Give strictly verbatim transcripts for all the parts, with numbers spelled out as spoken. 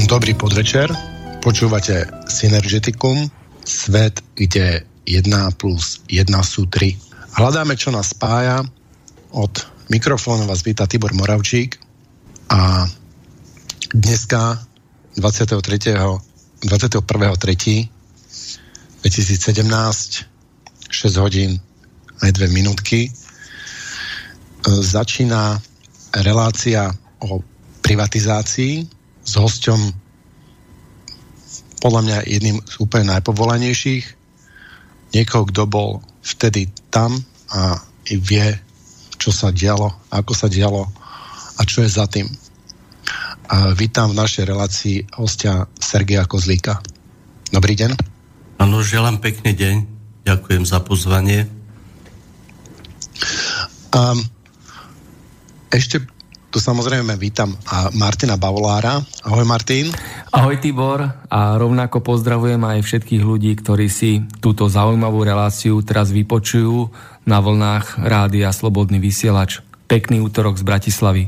Dobrý podvečer, počúvate Synergeticum, svet, kde jedna plus jedna sú tri. Hľadáme, čo nás spája. Od mikrofónu vás víta Tibor Moravčík a dneska dvadsiateho tretieho dvadsiateho prvého tretieho dvetisícsedemnásť šesť hodín aj dve minútky začína relácia o privatizácii s hosťom podľa mňa jedným z úplne najpovolanejších, niekoho, kto bol vtedy tam a vie, čo sa dialo, ako sa dialo a čo je za tým. A vítam v našej relácii hostia Sergeja Kozlíka. Dobrý deň. Áno, želám pekný deň. Ďakujem za pozvanie. Um, ešte tu samozrejme vítam a Martina Bavolára. Ahoj Martin. Ahoj Tibor a rovnako pozdravujem aj všetkých ľudí, ktorí si túto zaujímavú reláciu teraz vypočujú na vlnách Rádia Slobodný vysielač. Pekný útorok z Bratislavy.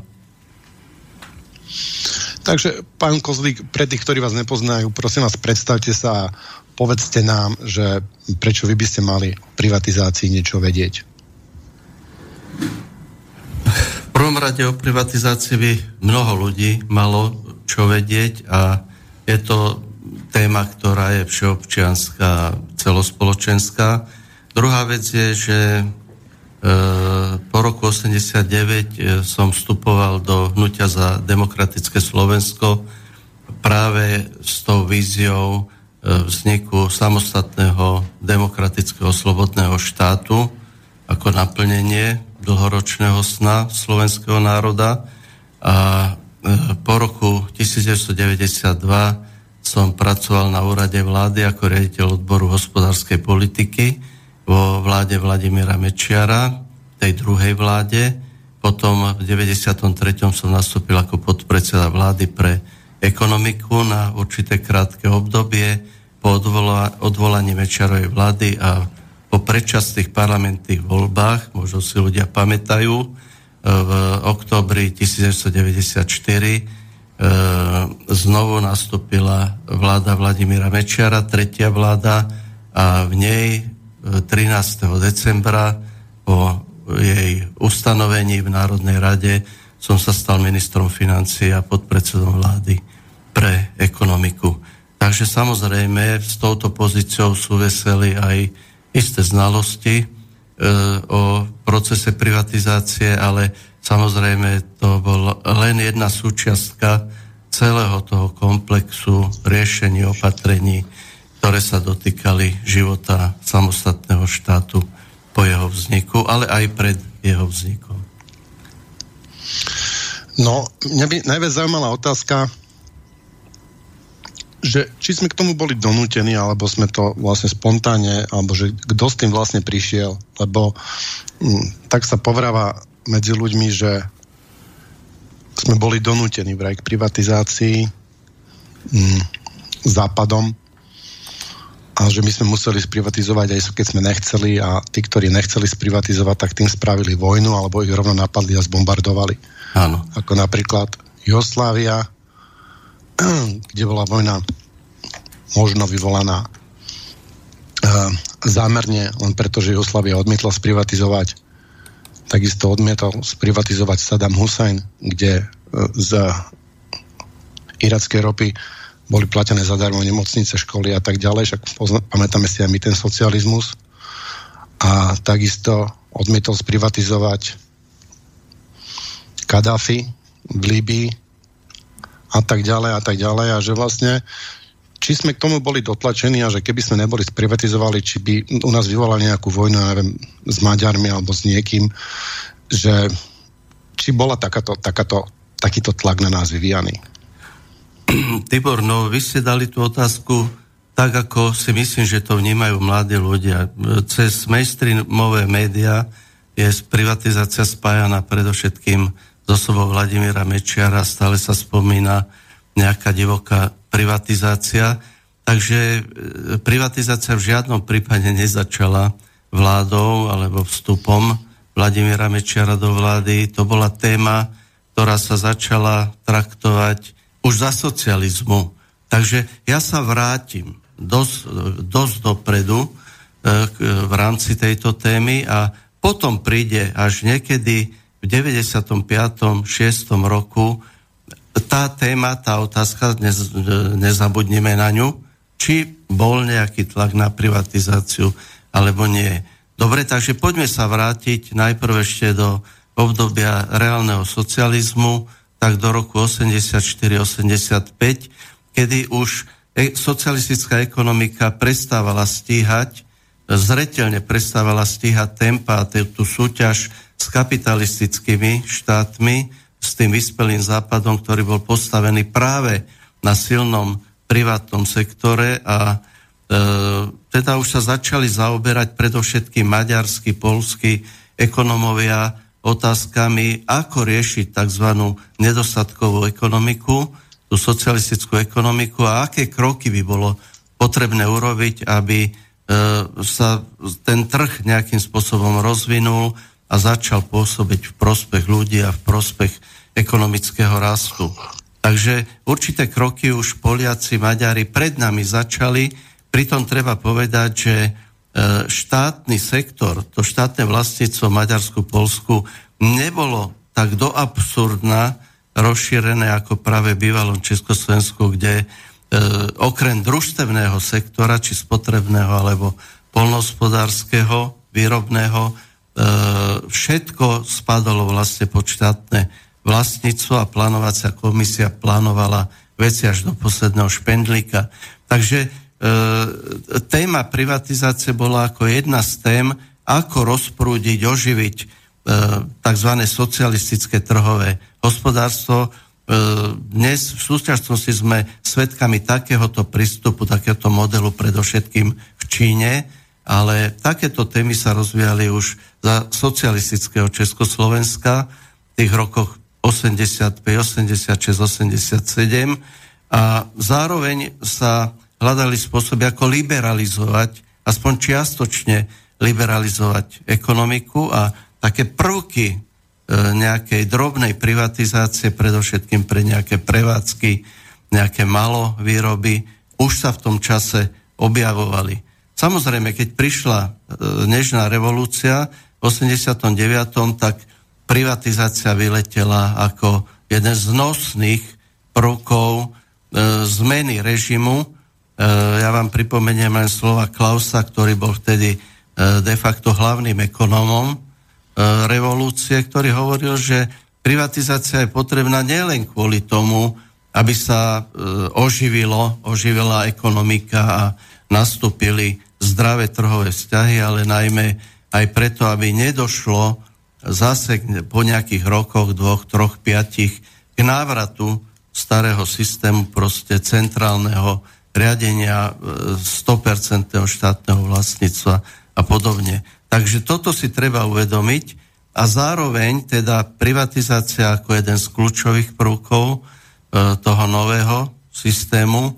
Takže pán Kozlík, pre tých, ktorí vás nepoznajú, prosím vás, predstavte sa a povedzte nám, že prečo vy by ste mali o privatizácii niečo vedieť. V prvom rade o privatizácii by mnoho ľudí malo čo vedieť a je to téma, ktorá je všeobčianská, celospoločenská. Druhá vec je, že e, po roku osemdesiatdeväť som vstupoval do Hnutia za demokratické Slovensko práve s tou víziou e, vzniku samostatného demokratického slobodného štátu ako naplnenie dlhoročného sna slovenského národa a po roku devätnásťstodeväťdesiatdva som pracoval na úrade vlády ako riaditeľ odboru hospodárskej politiky vo vláde Vladimíra Mečiara, tej druhej vláde. Potom v deväťdesiatom treťom som nastúpil ako podpredseda vlády pre ekonomiku na určité krátke obdobie po odvola- odvolaní Mečiarovej vlády a po predčasných parlamentných voľbách, možno si ľudia pamätajú, v októbri devätnásťstodeväťdesiatštyri e, znovu nastúpila vláda Vladimíra Mečiara, tretia vláda, a v nej trinásteho decembra po jej ustanovení v Národnej rade som sa stal ministrom financií a podpredsedom vlády pre ekonomiku. Takže samozrejme s touto pozíciou súviseli aj isté znalosti e, o procese privatizácie, ale samozrejme to bol len jedna súčiastka celého toho komplexu riešení, opatrení, ktoré sa dotýkali života samostatného štátu po jeho vzniku, ale aj pred jeho vznikom. No, mňa by najviac zaujímala otázka, že či sme k tomu boli donútení, alebo sme to vlastne spontánne, alebo že kto s tým vlastne prišiel, lebo m, tak sa povráva medzi ľuďmi, že sme boli donútení vraj k privatizácii m, západom a že my sme museli sprivatizovať, aj keď sme nechceli, a tí, ktorí nechceli sprivatizovať, tak tým spravili vojnu, alebo ich rovno napadli a zbombardovali. Áno. Ako napríklad Jugoslávia, kde bola vojna možno vyvolaná uh, zámerne, len preto, že Jugoslávia odmietla sprivatizovať. Takisto odmietol sprivatizovať Saddam Hussein, kde uh, z irackej ropy boli platené zadarmo nemocnice, školy a tak ďalej, však pozna- pamätáme si aj my ten socializmus. A takisto odmietol sprivatizovať Kadáfi v Líbii a tak ďalej a tak ďalej, a že vlastne či sme k tomu boli dotlačení a že keby sme neboli sprivatizovali, či by u nás vyvolali nejakú vojnu, ja neviem, s Maďarmi alebo s niekým, že či bola takáto, takáto, takýto tlak na nás vyvíjaný. Tibor, no vy ste dali tú otázku tak, ako si myslím, že to vnímajú mladí ľudia. Cez mainstreamové médiá je privatizácia spájana predovšetkým s osobou Vladimíra Mečiara, stále sa spomína nejaká divoká privatizácia. Takže privatizácia v žiadnom prípade nezačala vládou alebo vstupom Vladimíra Mečiara do vlády. To bola téma, ktorá sa začala traktovať už za socializmu. Takže ja sa vrátim dosť, dosť dopredu v rámci tejto témy a potom príde až niekedy v deväťdesiatom piatom šiestom roku tá téma, tá otázka, nez, nezabudnime na ňu, či bol nejaký tlak na privatizáciu, alebo nie. Dobre, takže poďme sa vrátiť najprv ešte do obdobia reálneho socializmu, tak do roku osemdesiatštyri osemdesiatpäť, kedy už socialistická ekonomika prestávala stíhať, zreteľne prestávala stíhať tempa a tú súťaž s kapitalistickými štátmi, s tým vyspelým západom, ktorý bol postavený práve na silnom privátnom sektore a e, teda už sa začali zaoberať predovšetkým maďarskí, poľskí ekonomovia otázkami, ako riešiť tzv. Nedostatkovú ekonomiku, tú socialistickú ekonomiku a aké kroky by bolo potrebné urobiť, aby e, sa ten trh nejakým spôsobom rozvinul a začal pôsobiť v prospech ľudí a v prospech ekonomického rastu. Takže určité kroky už Poliaci, Maďari pred nami začali, pritom treba povedať, že štátny sektor, to štátne vlastníctvo v Maďarsku, Poľsku nebolo tak do absurdna rozšírené ako práve v bývalom Československu, kde e, okrem družstevného sektora, či spotrebného alebo poľnohospodárskeho, výrobného, e, všetko spadalo vlastne pod štátne vlastníctvo a plánovacia komisia plánovala veci až do posledného špendlíka. Takže e, téma privatizácie bola ako jedna z tém, ako rozprúdiť, oživiť e, tzv. Socialistické trhové hospodárstvo. E, dnes v súčasnosti sme svedkami takéhoto prístupu, takéhoto modelu predovšetkým v Číne, ale takéto témy sa rozvíjali už za socialistického Československa v tých rokoch osemdesiatpäť, osemdesiatšesť, osemdesiatsedem a zároveň sa hľadali spôsoby, ako liberalizovať, aspoň čiastočne liberalizovať ekonomiku a také prvky e, nejakej drobnej privatizácie, predovšetkým pre nejaké prevádzky, nejaké malovýroby, už sa v tom čase objavovali. Samozrejme, keď prišla e, nežná revolúcia v osemdesiatom deviatom tak privatizácia vyletela ako jeden z nosných prvkov e, zmeny režimu. E, ja vám pripomeniem len slova Klausa, ktorý bol vtedy e, de facto hlavným ekonómom e, revolúcie, ktorý hovoril, že privatizácia je potrebná nielen kvôli tomu, aby sa e, oživilo, oživila ekonomika a nastúpili zdravé trhové vzťahy, ale najmä aj preto, aby nedošlo zase po nejakých rokoch, dvoch, troch, piatich k návratu starého systému proste centrálneho riadenia sto percent štátneho vlastníctva a podobne. Takže toto si treba uvedomiť a zároveň teda privatizácia ako jeden z kľúčových prvkov toho nového systému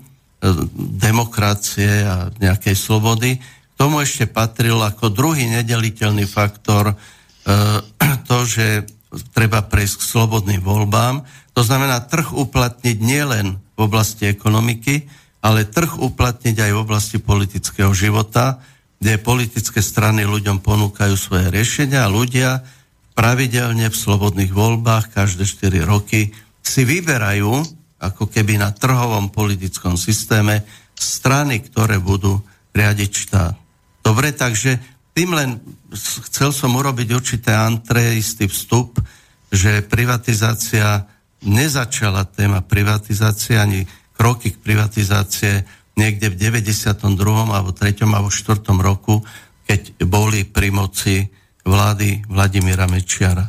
demokracie a nejakej slobody. K tomu ešte patril ako druhý nedeliteľný faktor to, že treba prejsť k slobodným voľbám. To znamená trh uplatniť nielen v oblasti ekonomiky, ale trh uplatniť aj v oblasti politického života, kde politické strany ľuďom ponúkajú svoje riešenia a ľudia pravidelne v slobodných voľbách každé štyri roky si vyberajú, ako keby na trhovom politickom systéme, strany, ktoré budú riadiť štát. Dobre, takže tým len chcel som urobiť určité antré, istý vstup, že privatizácia nezačala téma privatizácie ani kroky k privatizácie niekde v deväťdesiatom druhom alebo treťom alebo štvrtom roku, keď boli pri moci vlády Vladimíra Mečiara.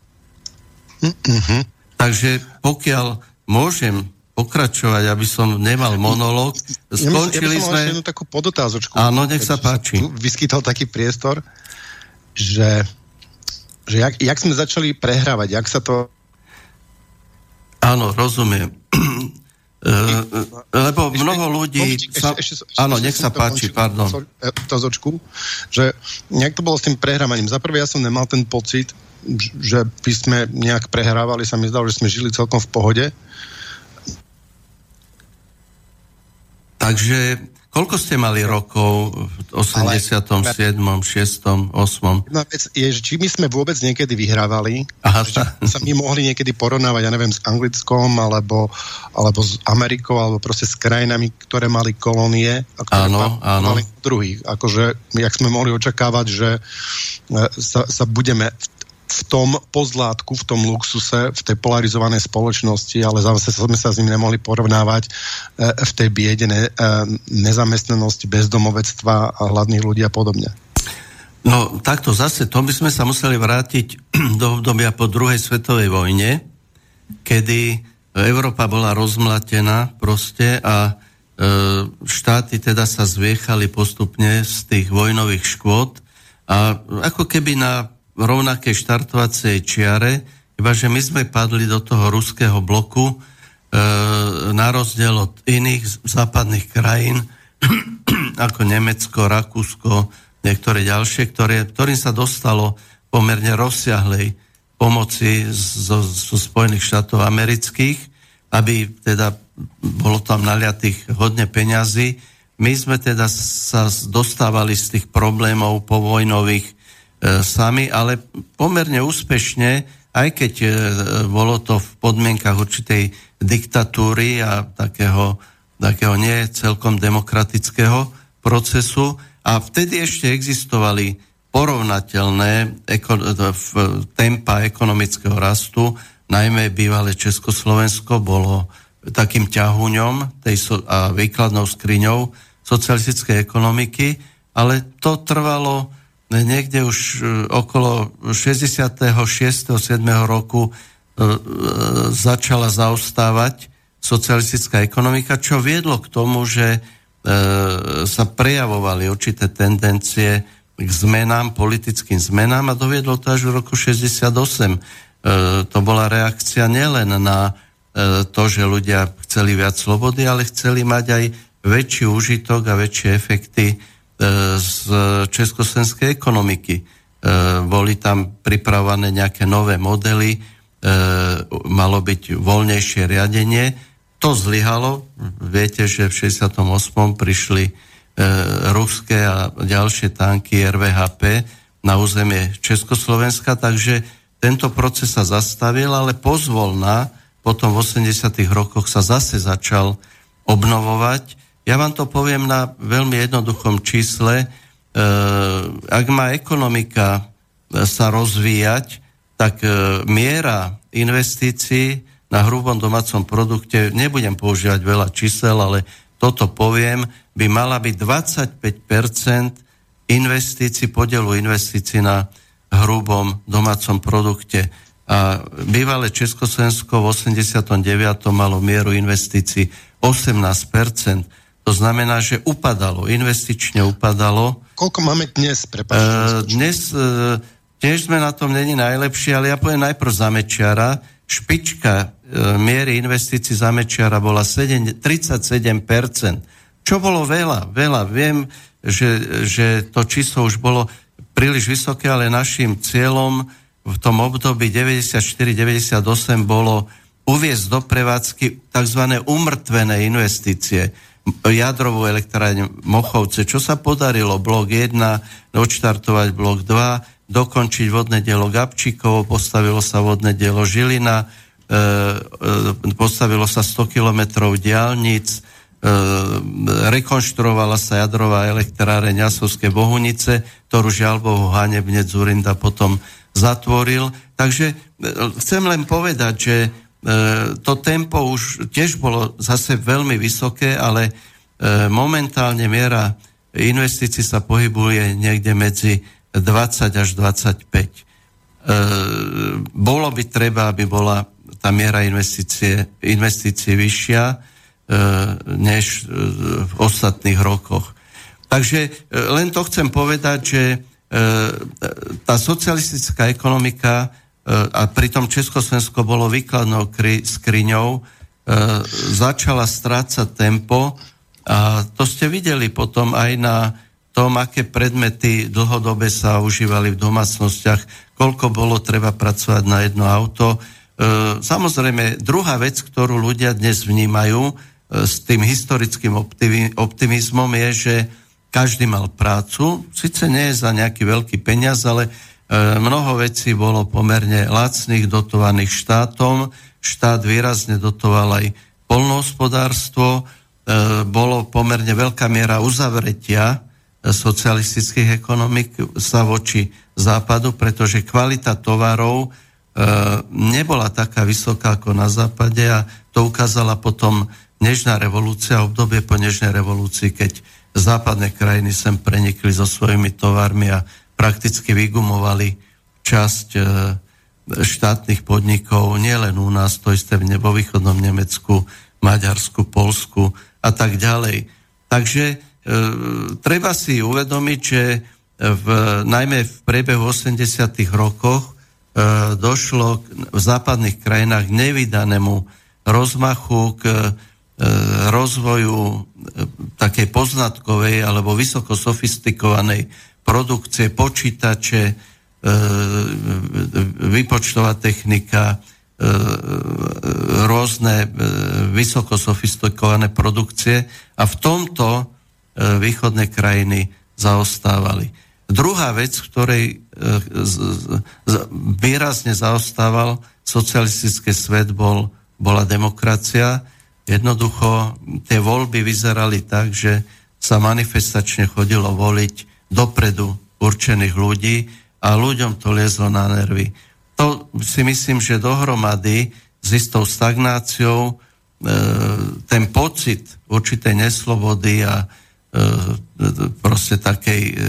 Mm-hmm. Takže pokiaľ môžem pokračovať, aby som nemal monológ. Skončili ja by som sme... mal jednu takú podotázočku. Áno, nech sa páči. Vyskytol taký priestor, že, že jak, jak sme začali prehrávať, jak sa to... Áno, rozumiem. Lebo mnoho ľudí... Ešte, sa... ešte, ešte, Áno, ešte nech sa páči, končil, pardon. Otázočku, že nejak to bolo s tým prehrávaním. Za prvé ja som nemal ten pocit, že by sme nejak prehrávali, sa mi zdalo, že sme žili celkom v pohode. Takže koľko ste mali rokov v osemdesiatom siedmom, šiestom, ôsmom? Jedna vec je, že či my sme vôbec niekedy vyhrávali, Aha, že sa my mohli niekedy porovnávať, ja neviem, s Anglickom, alebo, alebo s Amerikou, alebo proste s krajinami, ktoré mali kolónie a ktoré áno, áno. mali druhých. Akože, jak sme mohli očakávať, že sa, sa budeme v tom pozlátku, v tom luxuse, v tej polarizovanej spoločnosti, ale zase sme sa s ním nemohli porovnávať v tej biede, ne, nezamestnanosti, bezdomovectva a hladných ľudí a podobne. No takto zase, to by sme sa museli vrátiť do obdobia po druhej svetovej vojne, kedy Európa bola rozmlatená proste a e, štáty teda sa zviechali postupne z tých vojnových škôd a ako keby na rovnakej štartovacej čiare, iba že my sme padli do toho ruského bloku e, na rozdiel od iných západných krajín ako Nemecko, Rakúsko, niektoré ďalšie, ktoré, ktorým sa dostalo pomerne rozsiahlej pomoci zo, zo Spojených štátov amerických, aby teda bolo tam naliatých hodne peňazí. My sme teda sa dostávali z tých problémov povojnových sami, ale pomerne úspešne, aj keď e, bolo to v podmienkach určitej diktatúry a takého, takého nie celkom demokratického procesu. A vtedy ešte existovali porovnateľné eko, tempa ekonomického rastu, najmä bývalé Československo bolo takým ťahuňom tej so, a výkladnou skriňou socialistickej ekonomiky, ale to trvalo niekde už okolo šesťdesiateho šiesteho siedmeho roku e, e, začala zaostávať socialistická ekonomika, čo viedlo k tomu, že e, sa prejavovali určité tendencie k zmenám, politickým zmenám a doviedlo to až v roku šesťdesiatosem. E, to bola reakcia nielen na e, to, že ľudia chceli viac slobody, ale chceli mať aj väčší úžitok a väčšie efekty z československej ekonomiky. Boli tam pripravované nejaké nové modely, malo byť voľnejšie riadenie. To zlyhalo. Viete, že v šesťdesiatom ôsmom prišli ruské a ďalšie tanky er vé há pé na územie Československa, takže tento proces sa zastavil, ale pozvolna potom v osemdesiatych rokoch sa zase začal obnovovať. Ja vám to poviem na veľmi jednoduchom čísle. E, ak má ekonomika sa rozvíjať, tak e, miera investícií na hrubom domácom produkte, nebudem používať veľa čísel, ale toto poviem, by mala byť dvadsaťpäť percent investícií, podielu investícií na hrubom domácom produkte. A bývalé Československo v osemdesiatom deviatom malo mieru investícií osemnásť percent. To znamená, že upadalo, investične upadalo. Koľko máme dnes? Prepáčte, e, dnes e, tiež sme na tom není najlepšie, ale ja poviem najprv za Mečiara. Špička e, miery investícií za Mečiara bola tridsaťsedem percent. Čo bolo veľa, veľa. Viem, že, že to číslo už bolo príliš vysoké, ale našim cieľom v tom období deväťdesiatštyri deväťdesiatosem bolo uviesť do prevádzky tzv. Umrtvené investície. Jadrovú elektráreň Mochovce, čo sa podarilo, blok jeden, odštartovať blok dva, dokončiť vodné dielo Gabčíkovo, postavilo sa vodné dielo Žilina, e, e, postavilo sa sto kilometrov diaľnic, e, rekonštruovala sa jadrová elektráreň Jasovské Bohunice, ktorú žiaľ Bohu hanebne Dzurinda potom zatvoril. Takže e, chcem len povedať, že to tempo už tiež bolo zase veľmi vysoké, ale momentálne miera investícií sa pohybuje niekde medzi dvadsať až dvadsaťpäť. Bolo by treba, aby bola tá miera investície, investície vyššia než v ostatných rokoch. Takže len to chcem povedať, že tá socialistická ekonomika a pritom Československo bolo výkladnou kri- skriňou, e, začala strácať tempo a to ste videli potom aj na tom, aké predmety dlhodobé sa užívali v domácnostiach, koľko bolo treba pracovať na jedno auto. E, samozrejme, druhá vec, ktorú ľudia dnes vnímajú, s tým historickým optimizmom je, že každý mal prácu, síce nie je za nejaký veľký peniaz, ale mnoho vecí bolo pomerne lacných, dotovaných štátom. Štát výrazne dotoval aj poľnohospodárstvo. Bolo pomerne veľká miera uzavretia socialistických ekonomik sa voči západu, pretože kvalita tovarov nebola taká vysoká ako na západe a to ukázala potom nežná revolúcia, obdobie po nežnej revolúcii, keď západné krajiny sem prenikli so svojimi tovarmi a prakticky vygumovali časť štátnych podnikov, nielen u nás, to isté vo východnom Nemecku, Maďarsku, Poľsku a tak ďalej. Takže e, treba si uvedomiť, že v, najmä v priebehu osemdesiatych rokoch e, došlo v západných krajinách k nevydanému rozmachu, k e, rozvoju e, takej poznatkovej alebo vysoko sofistikovanej produkcie, počítače, výpočtová technika, rôzne vysoko sofistikované produkcie a v tomto východné krajiny zaostávali. Druhá vec, v ktorej výrazne zaostával socialistický svet, bol, bola demokracia. Jednoducho tie voľby vyzerali tak, že sa manifestačne chodilo voliť dopredu určených ľudí a ľuďom to liezlo na nervy. To si myslím, že dohromady s istou stagnáciou e, ten pocit určitej neslobody a e, proste takej e, e,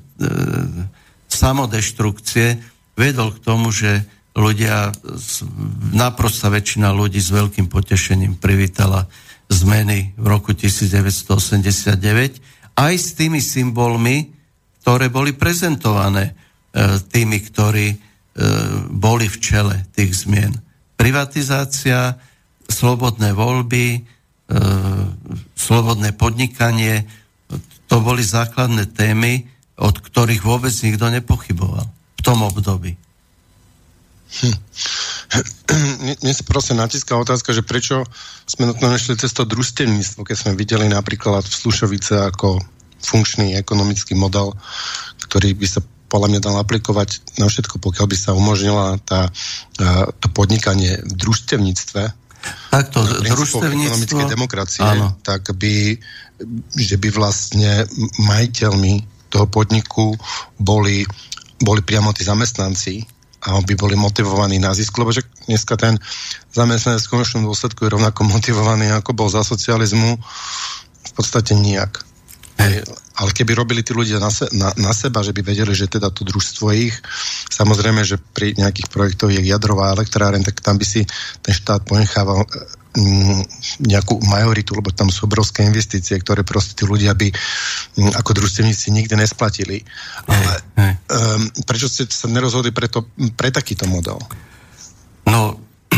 samodeštrukcie vedol k tomu, že ľudia, naprosto väčšina ľudí s veľkým potešením privítala zmeny v roku devätnásťstoosemdesiatdeväť aj s tými symbolmi, ktoré boli prezentované e, tými, ktorí e, boli v čele tých zmien. Privatizácia, slobodné voľby, e, slobodné podnikanie, to boli základné témy, od ktorých vôbec nikto nepochyboval v tom období. Hm. Mne sa proste natíska otázka, že prečo sme na to nešli cez to družstevníctvo, keď sme videli napríklad v Slušovice ako funkčný ekonomický model, ktorý by sa podľa mňa dal aplikovať na všetko, pokiaľ by sa umožnila tá, to podnikanie v družstevníctve. Tak to družstevníctvo ekonomickej demokracie, áno. Tak by, že by vlastne majiteľmi toho podniku boli, boli priamo tí zamestnanci a by boli motivovaní na zisk, lebo že dneska ten zamestnanec v konečnom dôsledku je rovnako motivovaný, ako bol za socializmu, v podstate nijak. Hey. Ale keby robili tí ľudia na, se, na, na seba, že by vedeli, že teda to družstvo ich, samozrejme, že pri nejakých projektoch je jadrová elektráreň, tak tam by si ten štát ponechával mm, nejakú majoritu, lebo tam sú obrovské investície, ktoré proste tí ľudia by mm, ako družstevníci nikdy nesplatili. Hey. Ale hey. Um, prečo ste sa nerozhodli pre, to, pre takýto model? No,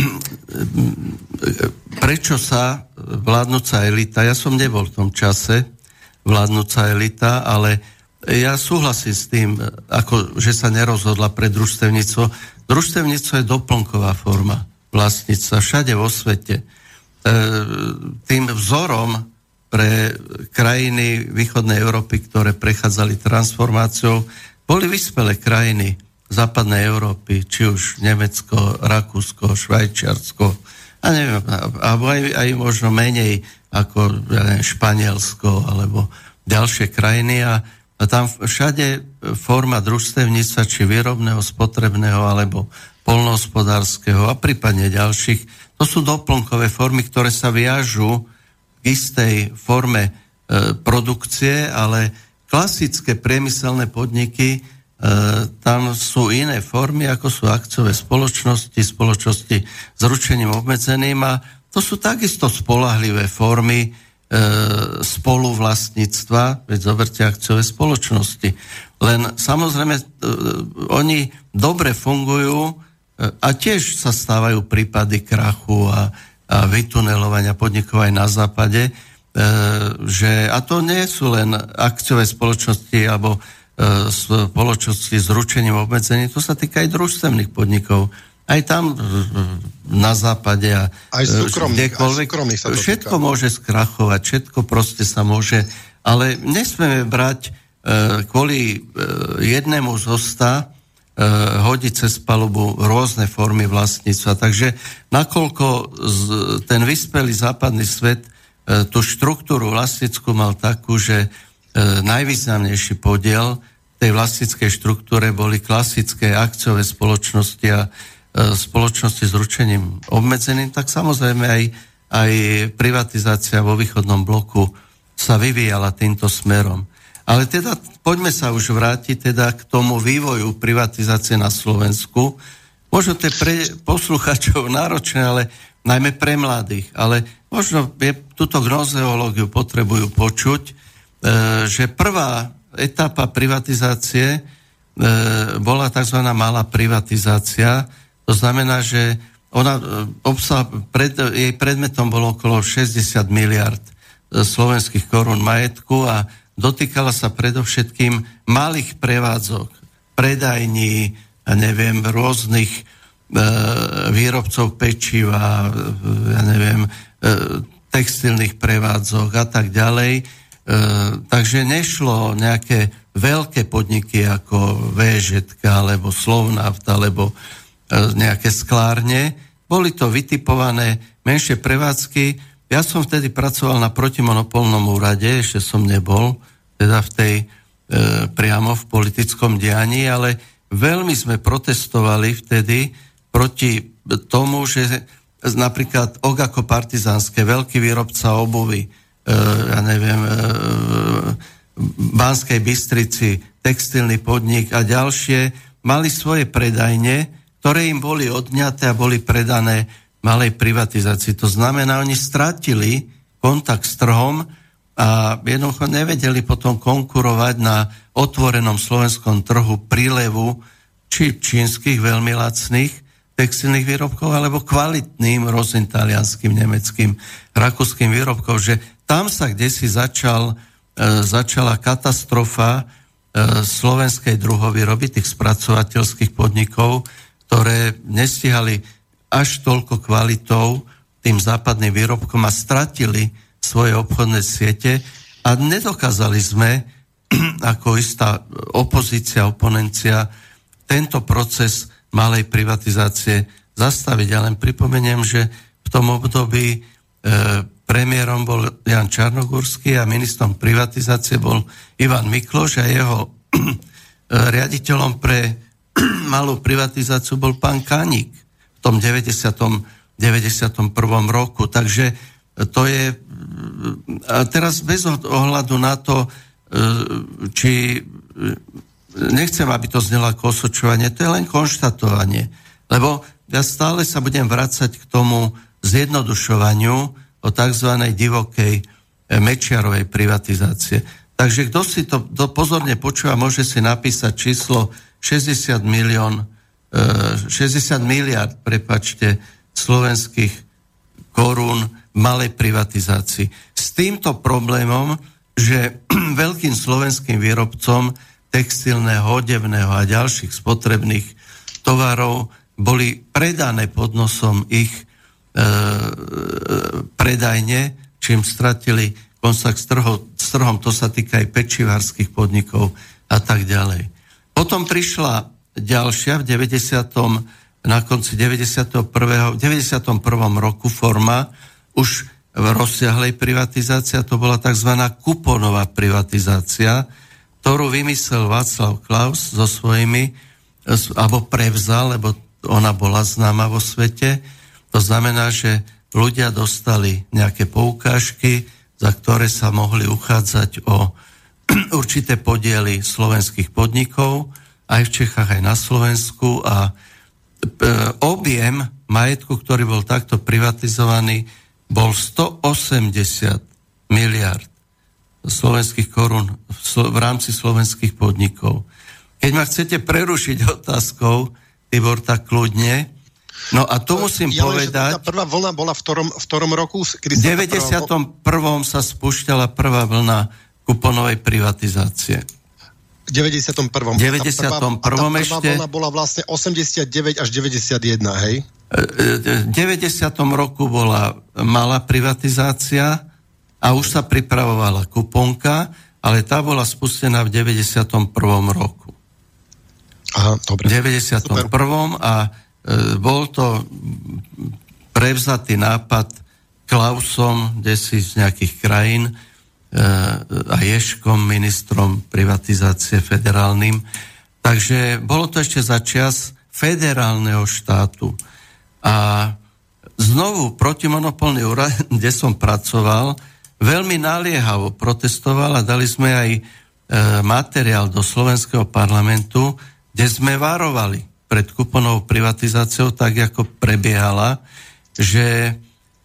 prečo sa vládnúca elita, ja som nebol v tom čase vládnúca elita, ale ja súhlasím s tým, ako, že sa nerozhodla pre družstevníctvo. Družstevníctvo je doplnková forma vlastníctva všade vo svete. E, tým vzorom pre krajiny východnej Európy, ktoré prechádzali transformáciou, boli vyspelé krajiny západnej Európy, či už Nemecko, Rakúsko, Švajčiarsko, a neviem, alebo aj, aj možno menej ako ja neviem, Španielsko alebo ďalšie krajiny a, a tam všade forma družstevníctva, či výrobného, spotrebného alebo poľnohospodárskeho a prípadne ďalších, to sú doplnkové formy, ktoré sa viažú k istej forme e, produkcie, ale klasické priemyselné podniky, e, tam sú iné formy, ako sú akciové spoločnosti, spoločnosti s ručením obmedzeným a to sú takisto spoľahlivé formy e, spoluvlastníctva, veď zoberte akciové spoločnosti. Len samozrejme, e, oni dobre fungujú e, a tiež sa stávajú prípady krachu a, a vytunelovania podnikov aj na západe, e, že, a to nie sú len akciové spoločnosti alebo e, spoločnosti s ručením obmedzením, to sa týka aj družstevných podnikov. aj tam na západe a aj súkromných, aj súkromných sa to všetko týka. Môže skrachovať, všetko proste sa môže, ale nesmieme brať e, kvôli e, jednému z hosta e, hodiť cez palubu rôzne formy vlastníctva. Takže nakoľko z, ten vyspelý západný svet e, tú štruktúru vlastnícku mal takú, že e, najvýznamnejší podiel tej vlastníckej štruktúre boli klasické akciové spoločnosti a e, spoločnosti s ručením obmedzeným, tak samozrejme aj, aj privatizácia vo východnom bloku sa vyvíjala týmto smerom. Ale teda poďme sa už vrátiť teda k tomu vývoju privatizácie na Slovensku. Možno to je pre posluchačov náročné, ale najmä pre mladých. Ale možno je, túto gnozeológiu potrebujú počuť, e, že prvá etapa privatizácie e, bola tzv. Malá privatizácia. To znamená, že ona, obsah, pred, jej predmetom bolo okolo šesťdesiat miliard slovenských korún majetku a dotýkala sa predovšetkým malých prevádzok, predajní, ja neviem, rôznych e, výrobcov pečiva, ja neviem, e, textilných prevádzok a tak ďalej. E, takže nešlo nejaké veľké podniky ako vé žé ká alebo Slovnaft alebo e, nejaké sklárne. Boli to vytipované menšie prevádzky. Ja som vtedy pracoval na protimonopolnom úrade, ešte som nebol teda v tej e, priamo v politickom dianí, ale veľmi sme protestovali vtedy proti tomu, že napríklad Ogako Partizánske, veľký výrobca obuvy, ja neviem, v Banskej Bystrici, textilný podnik a ďalšie, mali svoje predajne, ktoré im boli odňaté a boli predané malej privatizácii. To znamená, oni stratili kontakt s trhom a jednoducho nevedeli potom konkurovať na otvorenom slovenskom trhu prílevu či čínskych veľmi lacných textilných výrobkov, alebo kvalitným rozintalianským, nemeckým, rakúskym výrobkov, že tam sa kdesi začal, e, začala katastrofa e, slovenskej druhovýroby, tých spracovateľských podnikov, ktoré nestihali až toľko kvalitou tým západným výrobkom a stratili svoje obchodné siete a nedokázali sme, ako istá opozícia, oponencia, tento proces malej privatizácie zastaviť. Ja len pripomeniem, že v tom období e, premiérom bol Jan Čarnogurský a ministrom privatizácie bol Ivan Mikloš a jeho riaditeľom pre malú privatizáciu bol pán Kaník v tom deväťdesiatom deväťdesiatom prvom roku. Takže to je... A teraz bez ohľadu na to, či... Nechcem, aby to znelo ako osočovanie, to je len konštatovanie. Lebo ja stále sa budem vracať k tomu zjednodušovaniu o tzv. Divokej Mečiarovej privatizácie. Takže kto si to kto pozorne počúva, môže si napísať číslo šesťdesiat milión, šesťdesiat miliard, prepáčte, slovenských korún malej privatizácii. S týmto problémom, že veľkým slovenským výrobcom textilného, odevného a ďalších spotrebných tovarov boli predané pod nosom ich e, predajne, čím stratili kontakt s trhom, s trhom, to sa týka aj pečivárskych podnikov a tak ďalej. Potom prišla ďalšia v deväťdesiatom na konci deväťdesiateho prvého v deväťdesiatom prvom roku forma už v rozsiahlej privatizácii, to bola tzv. Kuponová privatizácia, ktorú vymyslel Václav Klaus so svojimi, alebo prevzal, lebo ona bola známa vo svete. To znamená, že ľudia dostali nejaké poukážky, za ktoré sa mohli uchádzať o určité podiely slovenských podnikov, aj v Čechách, aj na Slovensku. A objem majetku, ktorý bol takto privatizovaný, bol stoosemdesiat miliard slovenských korún v rámci slovenských podnikov. Keď ma chcete prerušiť otázkou, Tibor, tak kľudne. No a tu musím ja povedať... Tá prvá vlna bola v ktorom, v ktorom roku? V deväťdesiatom prvom sa spúšťala prvá vlna kuponovej privatizácie. deväťdesiatom prvom. deväťdesiatom prvom ešte. A tá prvá vlna ešte. bola vlastne osemdesiatdeväť až deväťdesiatjeden, hej? V deväťdesiatom roku bola malá privatizácia a už sa pripravovala kuponka, ale tá bola spustená v deväťdesiatom prvom roku. Aha, dobre. V deväťdesiatom prvom a e, bol to prevzatý nápad Klausom, desi z nejakých krajín e, a Ježkom, ministrom privatizácie federálnym. Takže bolo to ešte za čas federálneho štátu. A znovu protimonopolný úrad, kde som pracoval, veľmi naliehavo protestoval a dali sme aj e, materiál do slovenského parlamentu, kde sme varovali pred kuponovou privatizáciou, tak ako prebiehala, že e,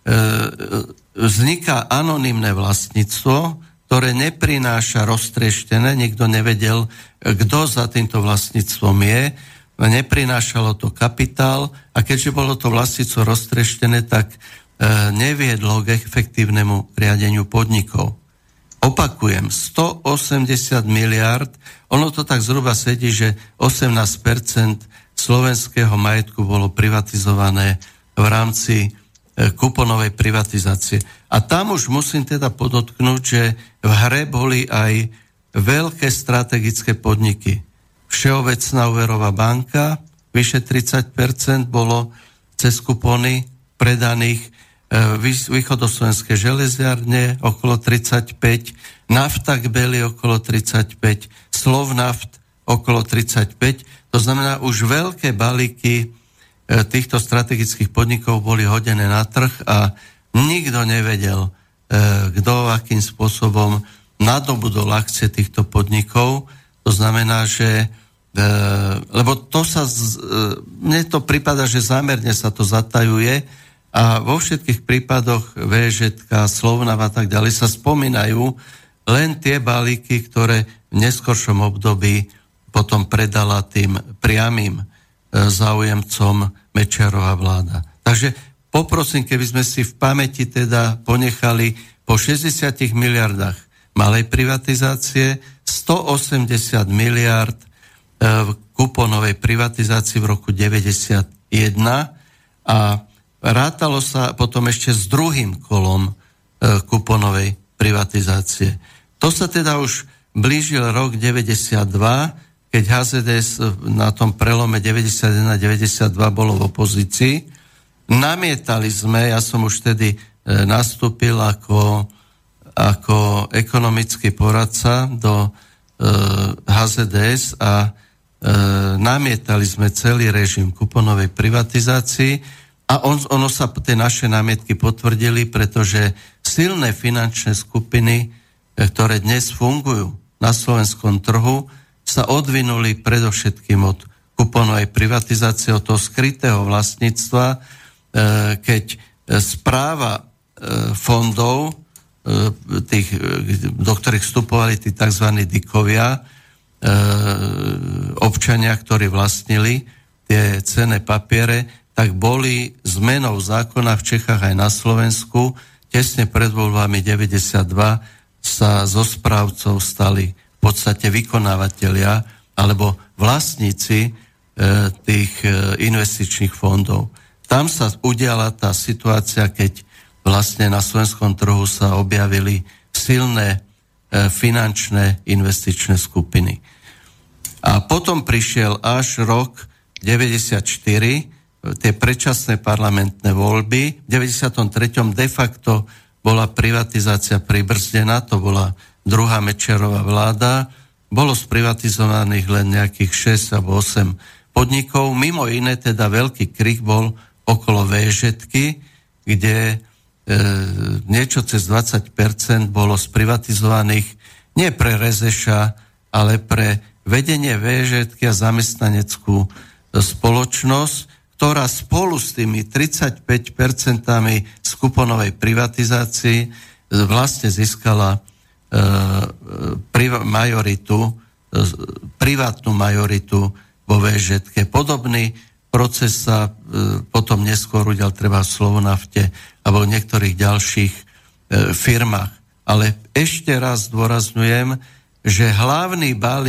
vzniká anonymné vlastníctvo, ktoré neprináša roztrieštené, nikto nevedel, kto za týmto vlastníctvom je, neprinášalo to kapitál a keďže bolo to vlastníctvo roztrieštené, tak e, neviedlo k efektívnemu riadeniu podnikov. Opakujem, stoosemdesiat miliárd, ono to tak zhruba sedí, že osemnásť percent slovenského majetku bolo privatizované v rámci e, kuponovej privatizácie. A tam už musím teda podotknúť, že v hre boli aj veľké strategické podniky. Všeobecná úverová banka, vyše tridsať percent bolo cez kupóny predaných, východoslovenské železiarne okolo tridsaťpäť, Naftagbeli okolo tridsaťpäť, Slovnaft okolo tridsaťpäť. To znamená, už veľké balíky týchto strategických podnikov boli hodené na trh a nikto nevedel, kto akým spôsobom nadobudol akcie týchto podnikov. To znamená, že e, lebo to sa z, e, mne to prípada, že zámerne sa to zatajuje a vo všetkých prípadoch vé žet ká, Slovnav a tak ďalej sa spomínajú len tie balíky, ktoré v neskoršom období potom predala tým priamým e, záujemcom Mečiarova vláda. Takže poprosím, keby sme si v pamäti teda ponechali po šesťdesiatich miliardách malej privatizácie, stoosemdesiat miliárd v kuponovej privatizácii v roku deväťdesiatjeden a rátalo sa potom ešte s druhým kolom kuponovej privatizácie. To sa teda už blížil rok deväťdesiatdva, keď há zet es na tom prelome deväťdesiatjeden a deväťdesiatdva bolo v opozícii. Namietali sme, ja som už tedy nastúpil ako ako ekonomický poradca do e, há zet es a e, namietali sme celý režim kuponovej privatizácii a on, ono sa tie naše námietky potvrdili, pretože silné finančné skupiny, e, ktoré dnes fungujú na slovenskom trhu, sa odvinuli predovšetkým od kuponovej privatizácie, od toho skrytého vlastníctva, e, keď správa e, fondov tých, do ktorých vstupovali tí tzv. Dikovia, e, občania, ktorí vlastnili tie cenné papiere, tak boli zmenou zákona v Čechách aj na Slovensku. Tesne pred voľbami deväťdesiatdva sa zo správcov stali v podstate vykonávateľia alebo vlastníci e, tých e, investičných fondov. Tam sa udiala tá situácia, keď vlastne na slovenskom trhu sa objavili silné e, finančné investičné skupiny. A potom prišiel až rok deväťdesiatštyri, tie predčasné parlamentné voľby. V deväťdesiatom treťom de facto bola privatizácia pribrzdená, to bola druhá Mečiarova vláda. Bolo sprivatizovaných len nejakých šesť alebo osem podnikov. Mimo iné teda veľký krik bol okolo vé žetky, kde E, niečo cez dvadsať percent bolo sprivatizovaných nie pre Rezeša, ale pre vedenie vé žetky a zamestnaneckú spoločnosť, ktorá spolu s tými tridsaťpäť percentami z kuponovej privatizácii vlastne získala e, priv- majoritu, e, privátnu majoritu vo vé žetke. Podobný proces sa e, potom neskôr udial treba v Slovnafte alebo v niektorých ďalších e, firmách. Ale ešte raz zdôrazňujem, že hlavný balík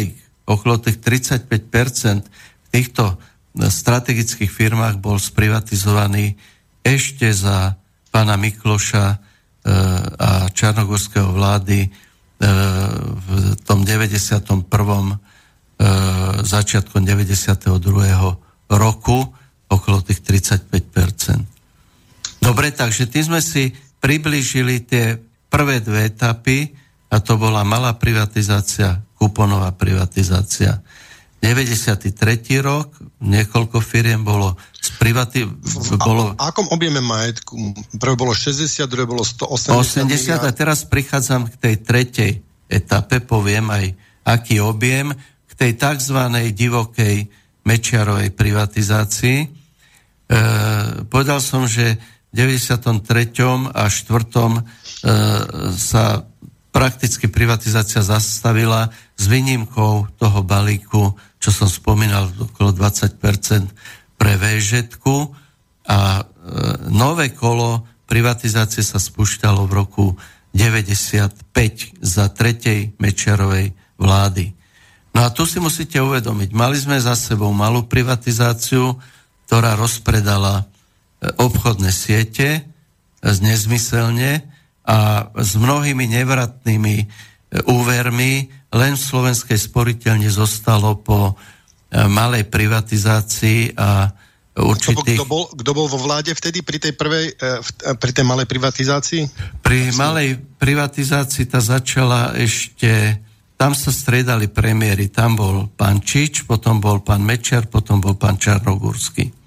okolo tých tridsaťpäť percent v týchto strategických firmách bol sprivatizovaný ešte za pána Mikloša e, a čarnogórského vlády e, v tom deväťdesiatom prvom E, začiatkom deväťdesiateho druhého roku okolo tých tridsaťpäť percent. Dobre, takže tým sme si priblížili tie prvé dve etapy a to bola malá privatizácia, kuponová privatizácia. deväťdesiaty tretí rok, niekoľko firiem bolo sprivati- bolo... V akom objeme majetku? Prvé bolo šesťdesiat, druhé bolo stoosemdesiat osemdesiat a teraz prichádzam k tej tretej etape, poviem aj aký objem, k tej takzvanej divokej Mečiarovej privatizácii. E, povedal som, že v deväťdesiatom treťom a štvrtom e, sa prakticky privatizácia zastavila s výnimkou toho balíku, čo som spomínal, okolo dvadsať percent pre vé žetku a e, nové kolo privatizácie sa spúšťalo v roku deväťdesiatpäť za tretej Mečiarovej vlády. No a tu si musíte uvedomiť, mali sme za sebou malú privatizáciu, ktorá rozpredala obchodné siete nezmyselne a s mnohými nevratnými úvermi. Len v Slovenskej sporiteľni zostalo po malej privatizácii a určitých... Kto bol, kto bol vo vláde vtedy pri tej prvej, pri tej malej privatizácii? Pri malej privatizácii tá začala ešte... Tam sa striedali premiéry. Tam bol pán Čič, potom bol pán Mečiar, potom bol pán Čarnogórsky. E,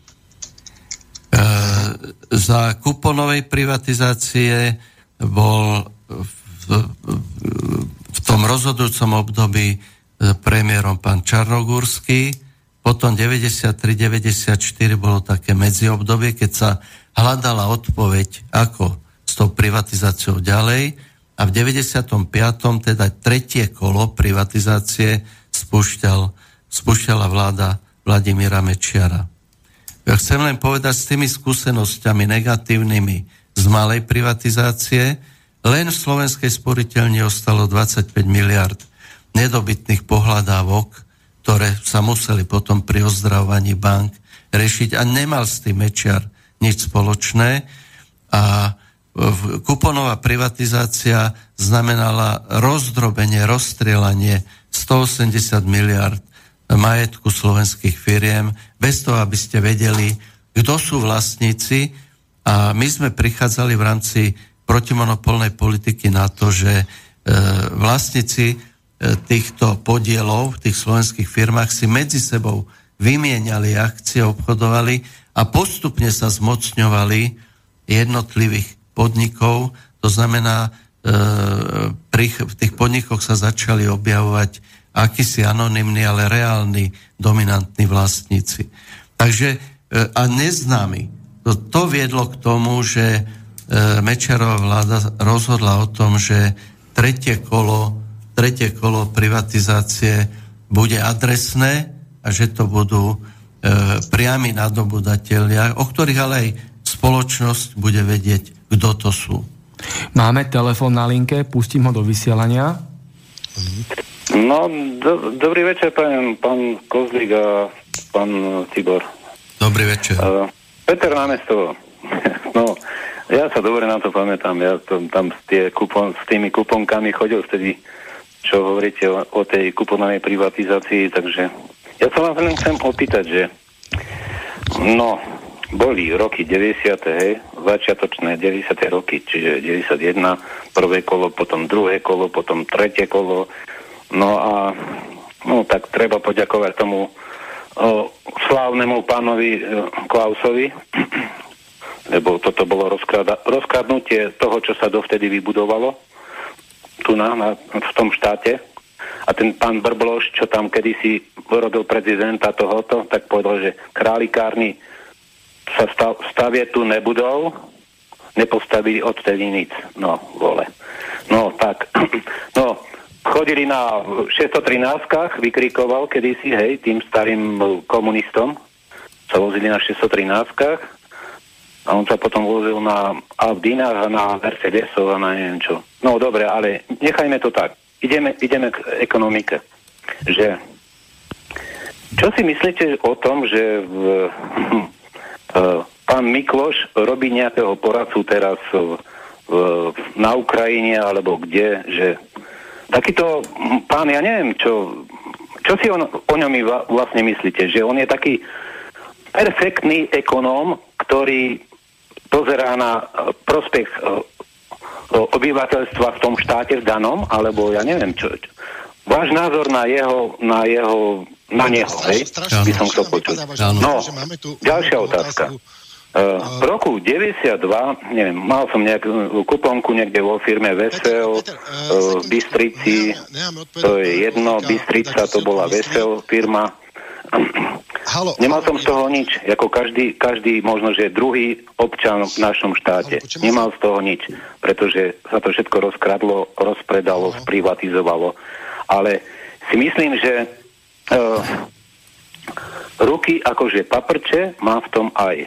za kuponovej privatizácie bol v, v, v tom rozhodujúcom období premiérom pán Čarnogórsky, potom deväťdesiattri deväťdesiatštyri bolo také medziobdobie, keď sa hľadala odpoveď, ako s tou privatizáciou ďalej. A v deväťdesiatom piatom teda tretie kolo privatizácie spúšťal, spúšťala vláda Vladimíra Mečiara. Ja chcem len povedať s tými skúsenosťami negatívnymi z malej privatizácie, len v Slovenskej sporiteľni ostalo dvadsaťpäť miliard nedobytných pohľadávok, ktoré sa museli potom pri ozdravovaní bank rešiť a nemal s tým Mečiar nič spoločné a kuponová privatizácia znamenala rozdrobenie, rozstrieľanie stoosemdesiat miliard majetku slovenských firiem, bez toho, aby ste vedeli, kto sú vlastníci. A my sme prichádzali v rámci protimonopolnej politiky na to, že e, vlastníci e, týchto podielov v tých slovenských firmách si medzi sebou vymieniali akcie, obchodovali a postupne sa zmocňovali jednotlivých podnikov, to znamená, e, pri, v tých podnikoch sa začali objavovať akýsi anonymní, ale reálni dominantní vlastníci. Takže e, a neznámi. To, to viedlo k tomu, že e, Mečiarová vláda rozhodla o tom, že tretie kolo, tretie kolo privatizácie bude adresné a že to budú e, priami nadobudatelia, o ktorých ale aj spoločnosť bude vedieť, kto to sú. Máme telefón na linke, pustím ho do vysielania. No, do, dobrý večer, pán, pán Kozlík a pán Tibor. Dobrý večer. Uh, Peter Námestovo. No, ja sa dobre na to pamätám. Ja to, tam s, tie kupon, s tými kuponkami chodil vtedy, čo hovoríte o, o tej kuponovej privatizácii, takže ja sa vám len chcem opýtať, že no, boli roky deväťdesiate, hej, začiatočné deväťdesiate roky, čiže deväťdesiatjeden, prvé kolo, potom druhé kolo, potom tretie kolo. No a no tak treba poďakovať tomu o, slávnemu pánovi o, Klausovi, lebo toto bolo rozkrada- rozkradnutie toho, čo sa dovtedy vybudovalo tu na, na, v tom štáte. A ten pán Brbloš, čo tam kedysi robil prezidenta tohoto, tak povedal, že králikárny sa stav, stavie tu nebudou, nepostavili odtedy nic. No, vole. No, tak. No, chodili na šesťstotrinástkach, vykrikoval kedysi, hej, tým starým komunistom. Sa vozili na šesťstotrinástkach a on sa potom vozil na Audinách a na Mercedesov a na neviem čo. No, dobre, ale nechajme to tak. Ideme, ideme k ekonomike. Že čo si myslíte o tom, že v, uh, pán Mikloš robí nejakého poradcu teraz v, v, na Ukrajine alebo kde, že takýto pán, ja neviem, čo, čo si on, o ňom vlastne myslíte, že on je taký perfektný ekonóm, ktorý pozerá na prospech obyvateľstva v tom štáte v danom, alebo ja neviem čo. čo. Váš názor na jeho, na jeho, na neho, hej? By som chcel počuť. No, ďalšia otázka. V roku deväťdesiatdva, neviem, mal som nejakú kuponku niekde vo firme Vesel v Bystrici, to je jedno, Bystrica to bola Vesel firma. Nemal som z toho nič, ako každý, každý možno, že druhý občan v našom štáte. Nemal z toho nič, pretože sa to všetko rozkradlo, rozpredalo, sprivatizovalo. Ale si myslím, že uh, ruky akože paprče má v tom aj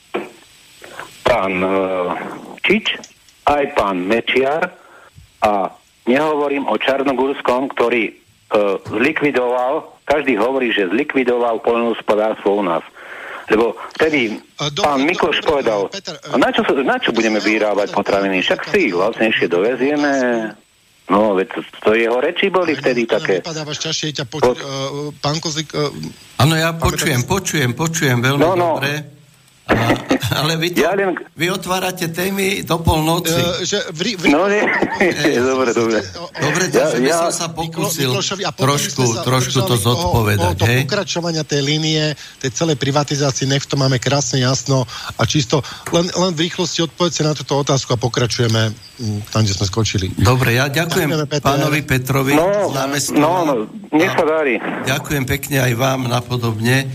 pán uh, Čič, aj pán Mečiar a nehovorím o Čarnogurskom, ktorý uh, zlikvidoval, každý hovorí, že zlikvidoval poľnohospodárstvo u nás. Lebo vtedy do, pán Mikloš do, povedal, Peter, a na čo, na čo budeme vyrábať potraviny? Však si ich vlastnejšie dovezieme. No, veď to, to jeho reči boli vtedy také. Vypadávaš ťažšie, ťa počuť, uh, pán Kozlik... Áno, uh, ja počujem, počujem, počujem veľmi no, no. dobre. A, ale vy, to, ja len... vy otvárate témy do polnoci. Uh, že v, v... No nie, dobre, dobre. Dobre, takže ja, by som sa pokúsil trošku, trošku to zodpovedať. To pokračovania tej línie, tej celej privatizácii, nech v tom máme krásne jasno a čisto, len, len v rýchlosti odpovedzte na túto otázku a pokračujeme tam, kde sme skočili. Dobre, ja ďakujem Peter. pánovi Petrovi no, z námestia. No, no, nech sa darí. Ďakujem pekne aj vám napodobne.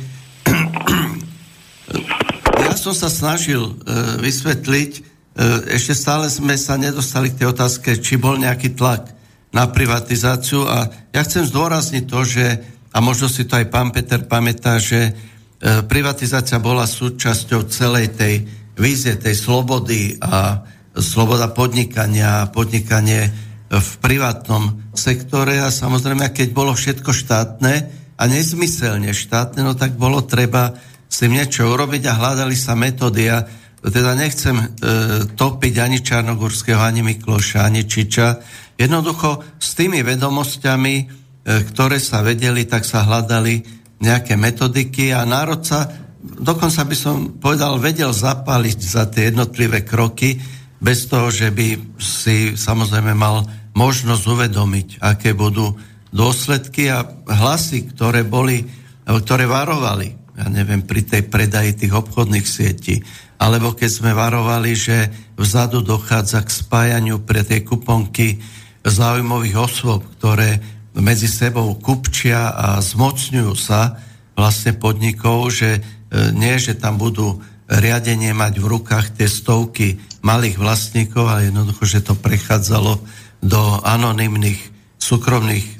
Ja som sa snažil e, vysvetliť, e, ešte stále sme sa nedostali k tej otázke, či bol nejaký tlak na privatizáciu a ja chcem zdôrazniť to, že, a možno si to aj pán Peter pamätá, že e, privatizácia bola súčasťou celej tej vízie, tej slobody a sloboda podnikania, podnikanie v privátnom sektore a samozrejme, keď bolo všetko štátne a nezmyselne štátne, no tak bolo treba s tým niečo urobiť a hľadali sa metódy. Ja teda nechcem e, topiť ani Čarnogurského, ani Mikloša, ani Čiča. Jednoducho s tými vedomosťami, e, ktoré sa vedeli, tak sa hľadali nejaké metodiky a národ sa, dokonca by som povedal, vedel zapáliť za tie jednotlivé kroky, bez toho, že by si samozrejme mal možnosť uvedomiť, aké budú dôsledky a hlasy, ktoré boli, ktoré varovali, ja neviem, pri tej predaji tých obchodných sietí, alebo keď sme varovali, že vzadu dochádza k spájaniu pre tie kuponky záujmových osôb, ktoré medzi sebou kupčia a zmocňujú sa vlastne podnikov, že nie, že tam budú riadenie mať v rukách tie stovky malých vlastníkov, ale jednoducho, že to prechádzalo do anonymných súkromných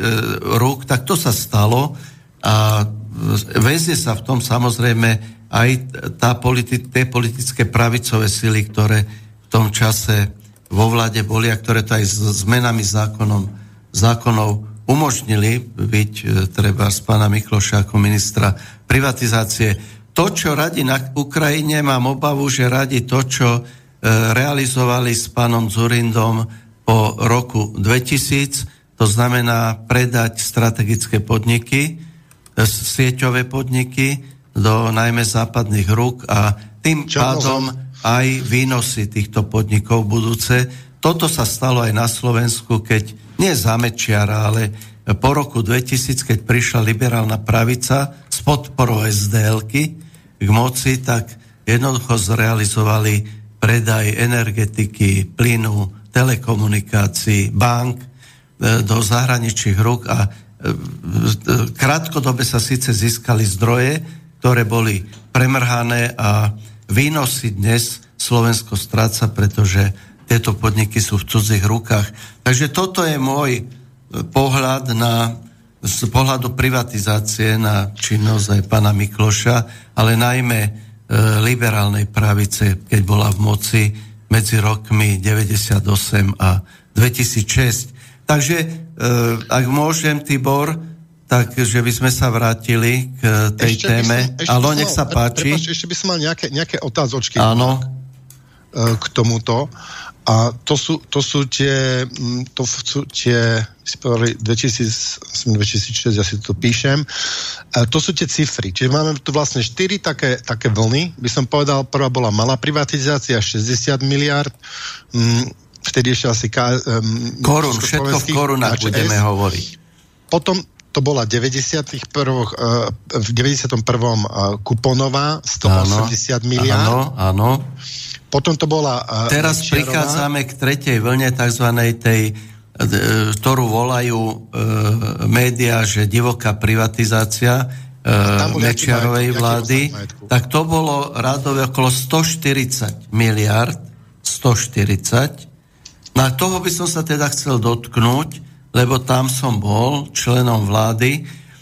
rúk, tak to sa stalo a väzie sa v tom samozrejme aj tá politi- tie politické pravicové sily, ktoré v tom čase vo vláde boli a ktoré to aj s zmenami zákonom, zákonov umožnili byť treba z pána Mikloša ako ministra privatizácie. To, čo radí na Ukrajine, mám obavu, že radí to, čo e, realizovali s pánom Dzurindom po roku dvetisíc, to znamená predať strategické podniky, sieťové podniky do najmä západných rúk a tým Čo pádom môžem? aj výnosy týchto podnikov budúce. Toto sa stalo aj na Slovensku, keď nie za Mečiara, ale po roku dvetisíc, keď prišla liberálna pravica s podporou es dé elky k moci, tak jednoducho zrealizovali predaj energetiky, plynu, telekomunikácií, bank do zahraničných rúk a krátkodobe sa síce získali zdroje, ktoré boli premrhané a výnosy dnes Slovensko stráca, pretože tieto podniky sú v cudzích rukách. Takže toto je môj pohľad na, z pohľadu privatizácie na činnosť aj pána Mikloša, ale najmä e, liberálnej pravice, keď bola v moci medzi rokmi deväťdesiatosem a dvetisícšesť. Takže, e, ak môžem, Tibor, tak že by sme sa vrátili k tej ešte téme. Som, Ale nech sa mal, páči. Prepáč, ešte by som mal nejaké, nejaké otázočky Áno. k tomuto. A to sú, to sú tie, to sú tie dvetisíc, dvetisícšesť, ja si to píšem, a to sú tie cifry. Čiže máme tu vlastne štyri také, také vlny. By som povedal, prvá bola malá privatizácia, šesťdesiat miliárd, vtedy ešte asi um, korun, všetko v korunách budeme hovoriť. Potom to bola deväťdesiatych prvoch, uh, v deväťdesiatom prvom Uh, kuponová, stoosemdesiat miliárd. Áno, áno. Potom to bola uh, Teraz Mečiarová. Prichádzame k tretej vlne, takzvanej tej, ktorú volajú uh, médiá, že divoká privatizácia uh, Mečiarovej vlády. Tak to bolo radové okolo stoštyridsať miliárd. stoštyridsať. Na toho by som sa teda chcel dotknúť, lebo tam som bol členom vlády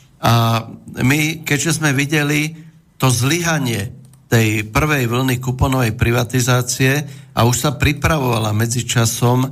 a my, keďže sme videli to zlyhanie tej prvej vlny kuponovej privatizácie a už sa pripravovala medzičasom e,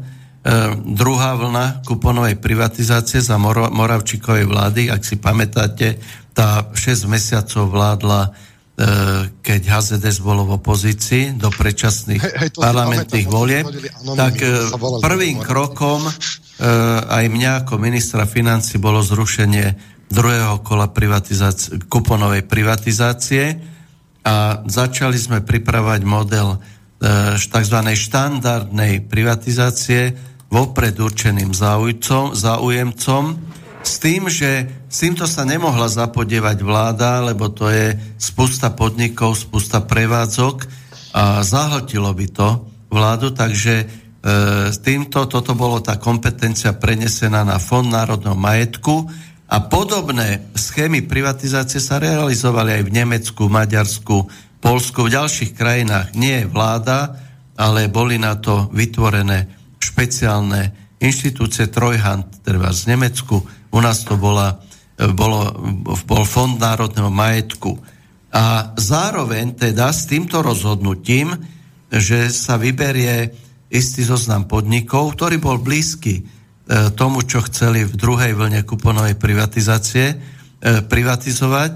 druhá vlna kuponovej privatizácie za Mor- Moravčíkovej vlády. Ak si pamätáte, tá šesť mesiacov vládla, e, keď há zet es bolo v opozícii do predčasných hej, hej, parlamentných volieb. Tak e, prvým krokom e, aj mňa ako ministra financí bolo zrušenie druhého kola privatizácie, kuponovej privatizácie. A začali sme pripravať model e, tzv. Štandardnej privatizácie vopred určeným záujcom, záujemcom, s tým, že s týmto sa nemohla zapodievať vláda, lebo to je spusta podnikov, spusta prevádzok a zahltilo by to vládu, takže e, s týmto toto bolo tá kompetencia prenesená na Fond národného majetku. A podobné schémy privatizácie sa realizovali aj v Nemecku, Maďarsku, Poľsku, v ďalších krajinách. Nie vláda, ale boli na to vytvorené špeciálne inštitúcie, Treuhand, teda z Nemecku. U nás to bola, bolo, bol Fond národného majetku. A zároveň teda s týmto rozhodnutím, že sa vyberie istý zoznam podnikov, ktorý bol blízky tomu, čo chceli v druhej vlne kuponovej privatizácie privatizovať,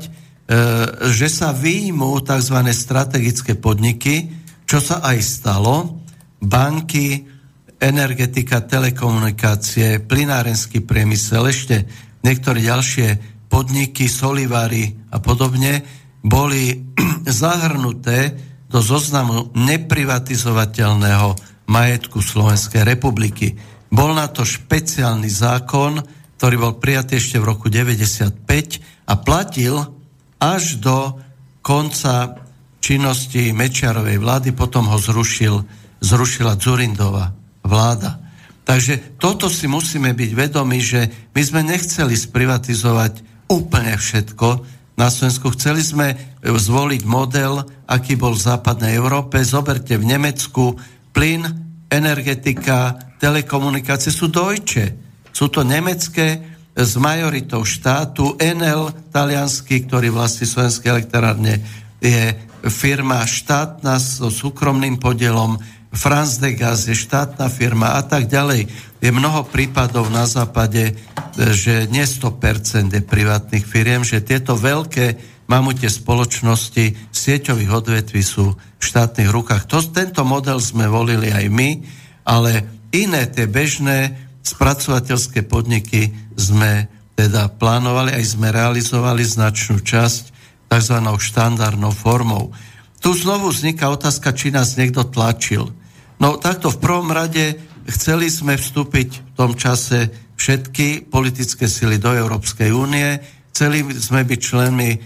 že sa vyjmú tzv. Strategické podniky, čo sa aj stalo, banky, energetika, telekomunikácie, plynárenský priemysel, ešte niektoré ďalšie podniky, solivári a podobne, boli zahrnuté do zoznamu neprivatizovateľného majetku Slovenskej republiky. Bol na to špeciálny zákon, ktorý bol prijatý ešte v roku deväťdesiatpäť a platil až do konca činnosti Mečiarovej vlády, potom ho zrušil, zrušila Dzurindová vláda. Takže toto si musíme byť vedomi, že my sme nechceli sprivatizovať úplne všetko na Slovensku. Chceli sme zvoliť model, aký bol v západnej Európe. Zoberte v Nemecku plyn, energetika, telekomunikácie sú Deutsche. Sú to nemecké s majoritou štátu. Enel, taliansky, ktorý vlastní Slovenské elektrárne, je firma štátna so súkromným podielom. France de Gaz je štátna firma a tak ďalej. Je mnoho prípadov na západe, že nie sto percent je privátnych firiem, že tieto veľké mamutie spoločnosti sieťových odvetví sú v štátnych rukách. To, tento model sme volili aj my, ale iné tie bežné spracovateľské podniky sme teda plánovali, aj sme realizovali značnú časť tzv. Štandardnou formou. Tu znovu vzniká otázka, či nás niekto tlačil. No takto v prvom rade chceli sme vstúpiť v tom čase všetky politické sily do Európskej únie, chceli sme byť členmi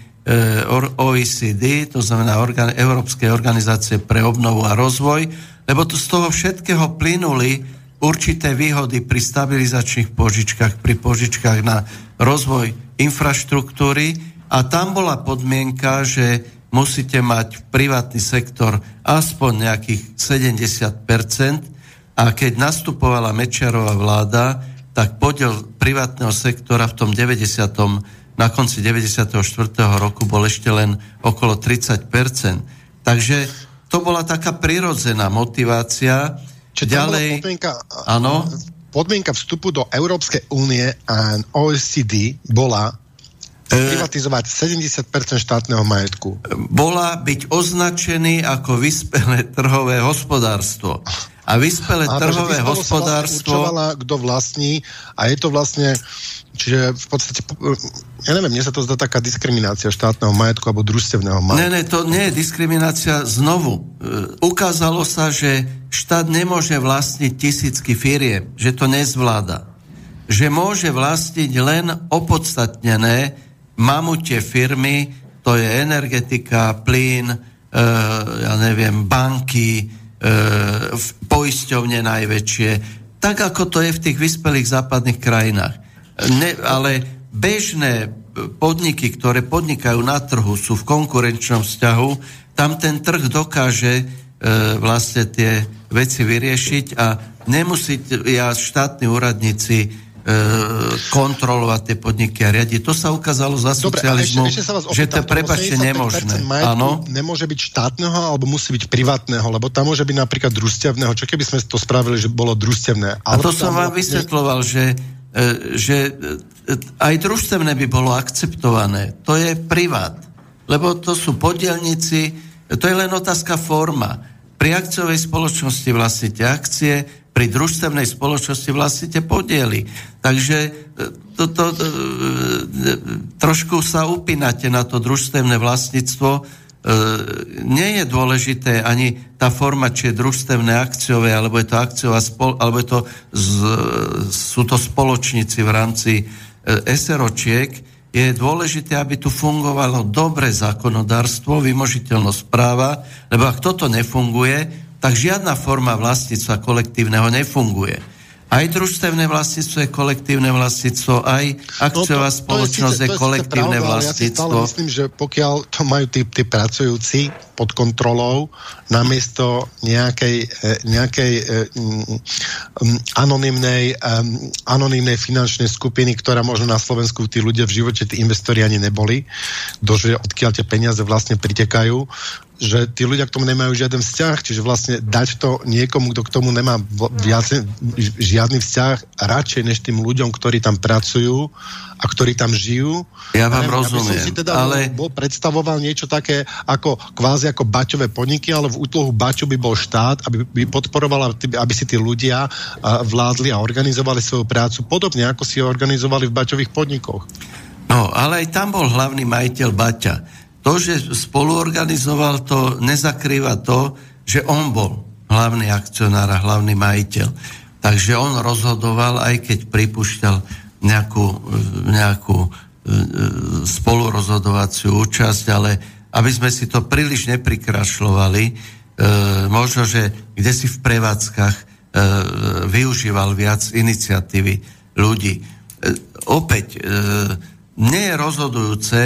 ó é cé dé, to znamená organ- Európskej organizácie pre obnovu a rozvoj, lebo to z toho všetkého plynuli určité výhody pri stabilizačných požičkách, pri požičkách na rozvoj infraštruktúry a tam bola podmienka, že musíte mať privátny sektor aspoň nejakých sedemdesiat percent a keď nastupovala Mečiarová vláda, tak podiel privátneho sektora v tom deväťdesiatom na konci deväťdesiateho štvrtého roku bol ešte len okolo tridsať percent. Takže to bola taká prirodzená motivácia. Čiže ďalej, podmienka, áno? podmienka vstupu do Európskej únie a ó é cé dé bola privatizovať sedemdesiat percent štátneho majetku? Bola byť označený ako vyspelé trhové hospodárstvo. A vyspelé a trhové hospodárstvo... Sa vlastne kto vlastní a je to vlastne... Čiže v podstate... Ja neviem, mne sa to zdá taká diskriminácia štátneho majetku alebo družstevného majetku. Ne, ne, to nie je diskriminácia. Znovu, e, ukázalo sa, že štát nemôže vlastniť tisícky firiem, že to nezvláda. Že môže vlastniť len opodstatnené mamutie firmy, to je energetika, plyn, e, ja neviem, banky, e, poisťovne najväčšie, tak ako to je v tých vyspelých západných krajinách. Ne, ale bežné podniky, ktoré podnikajú na trhu, sú v konkurenčnom vzťahu, tam ten trh dokáže e, vlastne tie veci vyriešiť a nemusí ja štátni úradníci e, kontrolovať tie podniky a riadiť. To sa ukázalo za socializmu, ešte, ešte že to prepáčte nemožné. Áno? Nemôže byť štátneho alebo musí byť privátneho, lebo tam môže byť napríklad družstevného. Čo keby sme to spravili, že bolo družstevné? A to som vám vysvetľoval, že že aj družstevné by bolo akceptované. To je privát. Lebo to sú podielnici, to je len otázka forma. Pri akciovej spoločnosti vlastníte akcie, pri družstevnej spoločnosti vlastníte podiely. Takže to, to, to, trošku sa upínate na to družstevné vlastníctvo. Nie je dôležité ani tá forma, či je družstevné akciové, alebo je to akciová spol, alebo je to z, sú to spoločníci v rámci SROčiek. Je dôležité, aby tu fungovalo dobré zákonodárstvo, vymožiteľnosť práva, lebo ak toto nefunguje, tak žiadna forma vlastníctva kolektívneho nefunguje. Aj družstevné vlastníctvo je kolektívne vlastníctvo, aj akciová no to, spoločnosť to je, síce, je kolektívne pravda, vlastníctvo. Ja si myslím, že pokiaľ to majú tí, tí pracujúci pod kontrolou, namiesto nejakej, nejakej um, anonymnej, um, anonymnej finančnej skupiny, ktorá možno na Slovensku tí ľudia v živote, tí investori ani neboli, dože odkiaľ tie peniaze vlastne pritekajú, že tí ľudia k tomu nemajú žiaden vzťah, čiže vlastne dať to niekomu, kto k tomu nemá viac, žiadny vzťah, radšej než tým ľuďom, ktorí tam pracujú a ktorí tam žijú. Ja vám neviem, rozumiem, ja by som si teda ale... bol, bol predstavoval niečo také ako kvázi ako Baťové podniky, ale v útlohu Baťu by bol štát, aby by podporovala, aby si tí ľudia vládli a organizovali svoju prácu podobne, ako si ho organizovali v Baťových podnikoch. No, ale aj tam bol hlavný majiteľ Baťa. To, že spoluorganizoval, to nezakrýva to, že on bol hlavný akcionár a hlavný majiteľ. Takže on rozhodoval, aj keď pripúšťal nejakú, nejakú e, spolurozhodovaciu účasť, ale aby sme si to príliš neprikrašľovali, e, možno, že kde si v prevádzkach e, využíval viac iniciatívy ľudí. E, opäť, e, nie je rozhodujúce,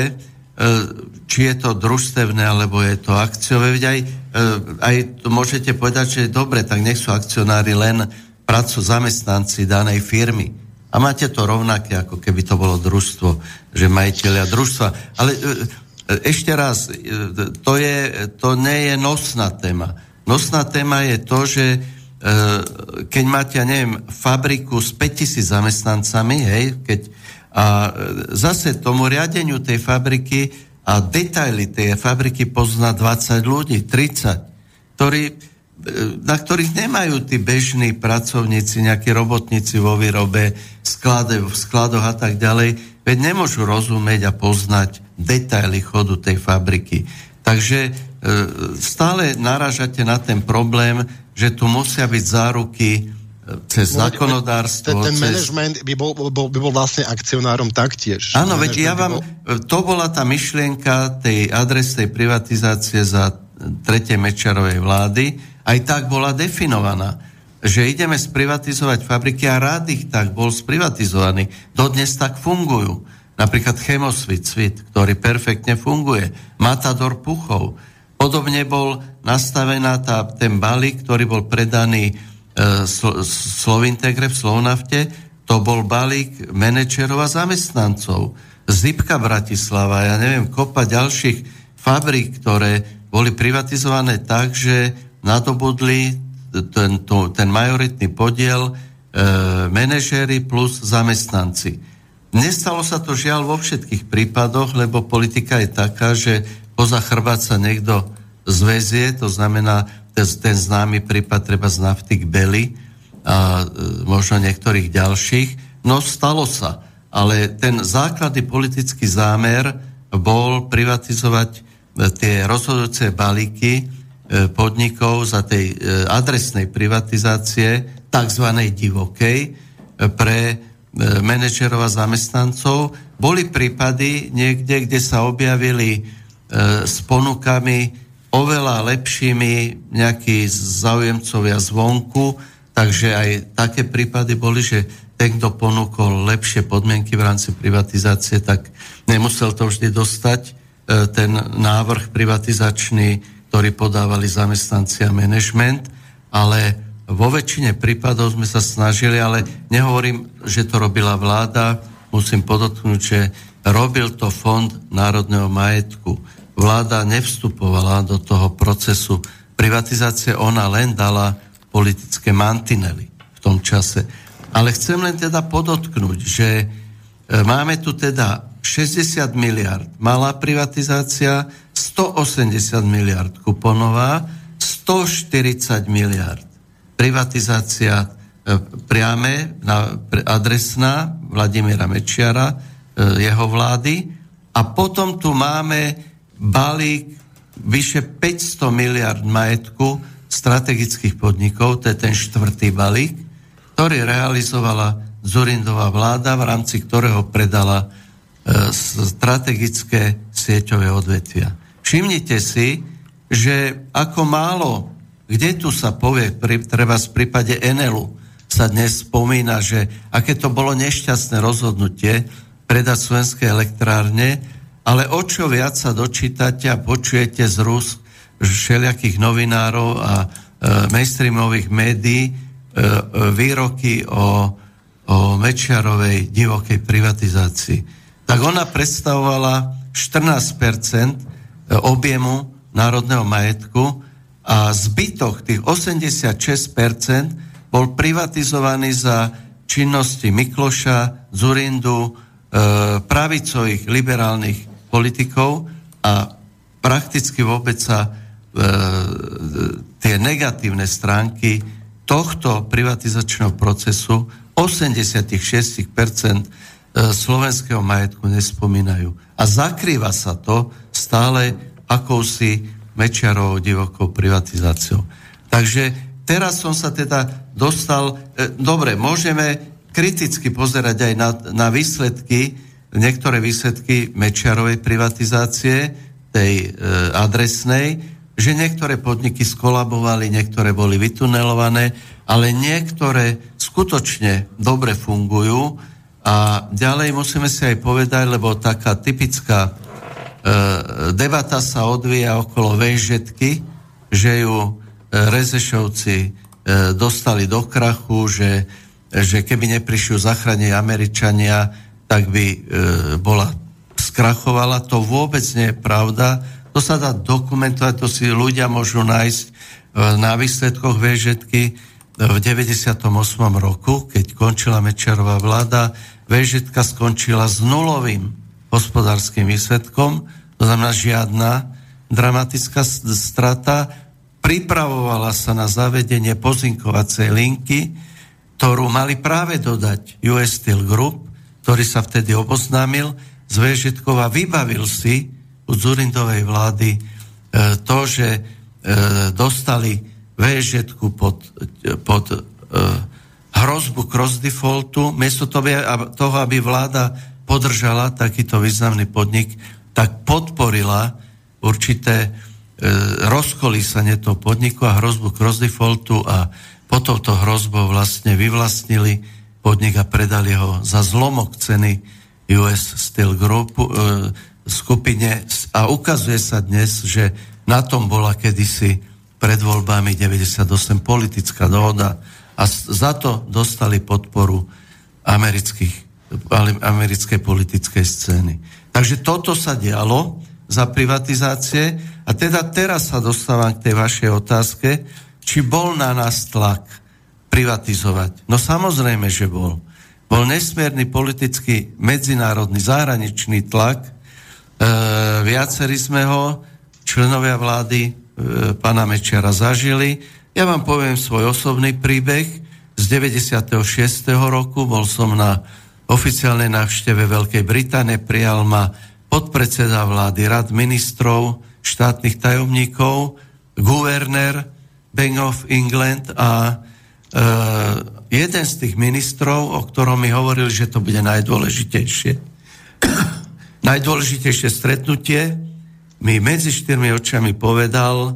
či je to družstevné, alebo je to akciové. Veď aj, aj to môžete povedať, že dobre, tak nech sú akcionári len pracu zamestnanci danej firmy. A máte to rovnaké, ako keby to bolo družstvo, že majiteľia družstva. Ale ešte raz, to, je, to nie je nosná téma. Nosná téma je to, že keď máte, ja neviem, fabriku s päťtisíc zamestnancami, hej, keď a zase tomu riadeniu tej fabriky a detaily tej fabriky pozná dvadsať ľudí, tridsať, ktorí, na ktorých nemajú tí bežní pracovníci, nejakí robotníci vo výrobe, sklade, v skladoch a tak ďalej, veď nemôžu rozumieť a poznať detaily chodu tej fabriky. Takže e, stále narážate na ten problém, že tu musia byť záruky cez zákonodárstvo. Ten, ten cez... management by bol, bol, by bol vlastne akcionárom taktiež. Áno, veď ja vám... Bol... To bola tá myšlienka tej adresnej privatizácie za tretej Mečiarovej vlády. Aj tak bola definovaná, že ideme sprivatizovať fabriky a rád ich tak bol sprivatizovaný. Dodnes tak fungujú. Napríklad Chemosvit, Svit, ktorý perfektne funguje. Matador Puchov. Podobne bol nastavená tá, ten balík, ktorý bol predaný Slovintegre v Slovnafte, to bol balík manažerov a zamestnancov. Zipka Bratislava, ja neviem, kopa ďalších fabrík, ktoré boli privatizované tak, že nadobudli ten, to, ten majoritný podiel e, manažéri plus zamestnanci. Nestalo sa to žiaľ vo všetkých prípadoch, lebo politika je taká, že poza chrbát sa niekto zväzie, to znamená ten, ten známy prípad treba z Naftik Belly a e, možno niektorých ďalších. No stalo sa, ale ten základný politický zámer bol privatizovať tie rozhodujúce balíky e, podnikov za tej e, adresnej privatizácie, takzvanej divokej, e, pre manažerov a zamestnancov. Boli prípady niekde, kde sa objavili e, s ponukami oveľa lepšími nejakí záujemcovia zvonku, takže aj také prípady boli, že ten, kto ponúkol lepšie podmienky v rámci privatizácie, tak nemusel to vždy dostať, e, ten návrh privatizačný, ktorý podávali zamestnanci a manažment, ale vo väčšine prípadov sme sa snažili, ale nehovorím, že to robila vláda, musím podotknúť, že robil to Fond národného majetku. Vláda nevstupovala do toho procesu privatizácie, ona len dala politické mantinely v tom čase. Ale chcem len teda podotknúť, že máme tu teda šesťdesiat miliard malá privatizácia, stoosemdesiat miliard kuponová, stoštyridsať miliard privatizácia e, priame, na, pre, adresná Vladimíra Mečiara, e, jeho vlády. A potom tu máme balík vyše päťsto miliard majetku strategických podnikov, to je ten štvrtý balík, ktorý realizovala Dzurindová vláda, v rámci ktorého predala e, strategické sieťové odvetvia. Všimnite si, že ako málo kde tu sa povie, treba v prípade Enelu sa dnes spomína, že aké to bolo nešťastné rozhodnutie predať Slovenskej elektrárne, ale o čo viac sa dočítate a počujete z Rus všelijakých novinárov a e, mainstreamových médií e, výroky o, o Mečiarovej divokej privatizácii. Tak ona predstavovala štrnásť percent objemu národného majetku, a zbytok tých osemdesiatšesť percent bol privatizovaný za činnosti Mikloša, Dzurindu, e, pravicových liberálnych politikov a prakticky vôbec sa e, tie negatívne stránky tohto privatizačného procesu osemdesiatšesť percent slovenského majetku nespomínajú. A zakrýva sa to stále akousi Mečiarovou divokou privatizáciou. Takže teraz som sa teda dostal, e, dobre, môžeme kriticky pozerať aj na, na výsledky, niektoré výsledky Mečiarovej privatizácie, tej e, adresnej, že niektoré podniky skolabovali, niektoré boli vytunelované, ale niektoré skutočne dobre fungujú. A ďalej musíme si aj povedať, lebo taká typická debata sa odvíja okolo véžetky, že ju Rezešovci dostali do krachu, že, že keby neprišli zachrániť Američania, tak by bola skrachovala. To vôbec nie je pravda. To sa dá dokumentovať, to si ľudia môžu nájsť na výsledkoch véžetky v deväťdesiatom ôsmom roku, keď končila Mečiarová vláda. Véžetka skončila s nulovým hospodárskym výsledkom, to znamená žiadna dramatická strata. Pripravovala sa na zavedenie pozinkovacej linky, ktorú mali práve dodať ú es Steel Group, ktorý sa vtedy oboznámil z véžetkou a vybavil si u Dzurindovej vlády e, to, že e, dostali véžetku pod, pod e, hrozbu cross-defaultu, miesto toho, aby vláda podržala takýto významný podnik, tak podporila určité e, rozkolísanie toho podniku a hrozbu cross-defaultu a po touto hrozbou vlastne vyvlastnili podnik a predali ho za zlomok ceny ú es Steel Group e, skupine a ukazuje sa dnes, že na tom bola kedysi pred voľbami deväťdesiatosem politická dohoda a za to dostali podporu amerických americkej politickej scény. Takže toto sa dialo za privatizácie a teda teraz sa dostávam k tej vašej otázke, či bol na nás tlak privatizovať. No samozrejme, že bol. bol nesmierny politický medzinárodný zahraničný tlak. E, viacerí sme ho, členovia vlády e, pána Mečiara, zažili. Ja vám poviem svoj osobný príbeh. Z deväťdesiateho šiesteho roku bol som na oficiálnej návšteve Veľkej Británie, prijal ma podpredseda vlády, rad ministrov, štátnych tajomníkov, guvernér Bank of England a e, jeden z tých ministrov, o ktorom mi hovorili, že to bude najdôležitejšie. najdôležitejšie stretnutie, mi medzi štyrmi očami povedal, e,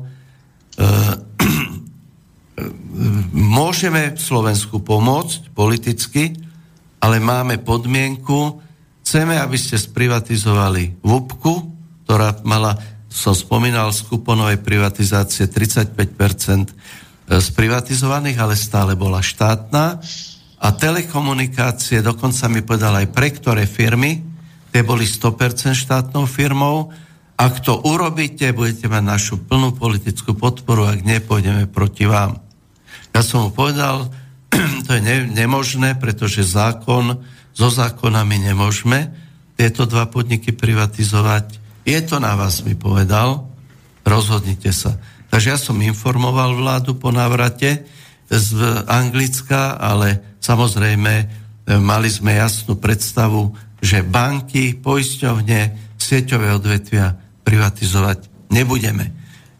môžeme Slovensku pomôcť politicky, ale máme podmienku, chceme, aby ste sprivatizovali vúbku, ktorá mala, som spomínal, z kuponovej privatizácie tridsaťpäť percent sprivatizovaných, ale stále bola štátna. A telekomunikácie, dokonca mi povedal aj pre ktoré firmy, tie boli sto percent štátnou firmou. Ak to urobíte, budete mať našu plnú politickú podporu, ak nie, pôjdeme proti vám. Ja som mu povedal, to je ne, nemožné, pretože zákon, so zákonami nemôžeme tieto dva podniky privatizovať. Je to na vás, mi povedal, rozhodnite sa. Takže ja som informoval vládu po návrate z Anglicka, ale samozrejme mali sme jasnú predstavu, že banky, poisťovne, sieťové odvetvia privatizovať nebudeme.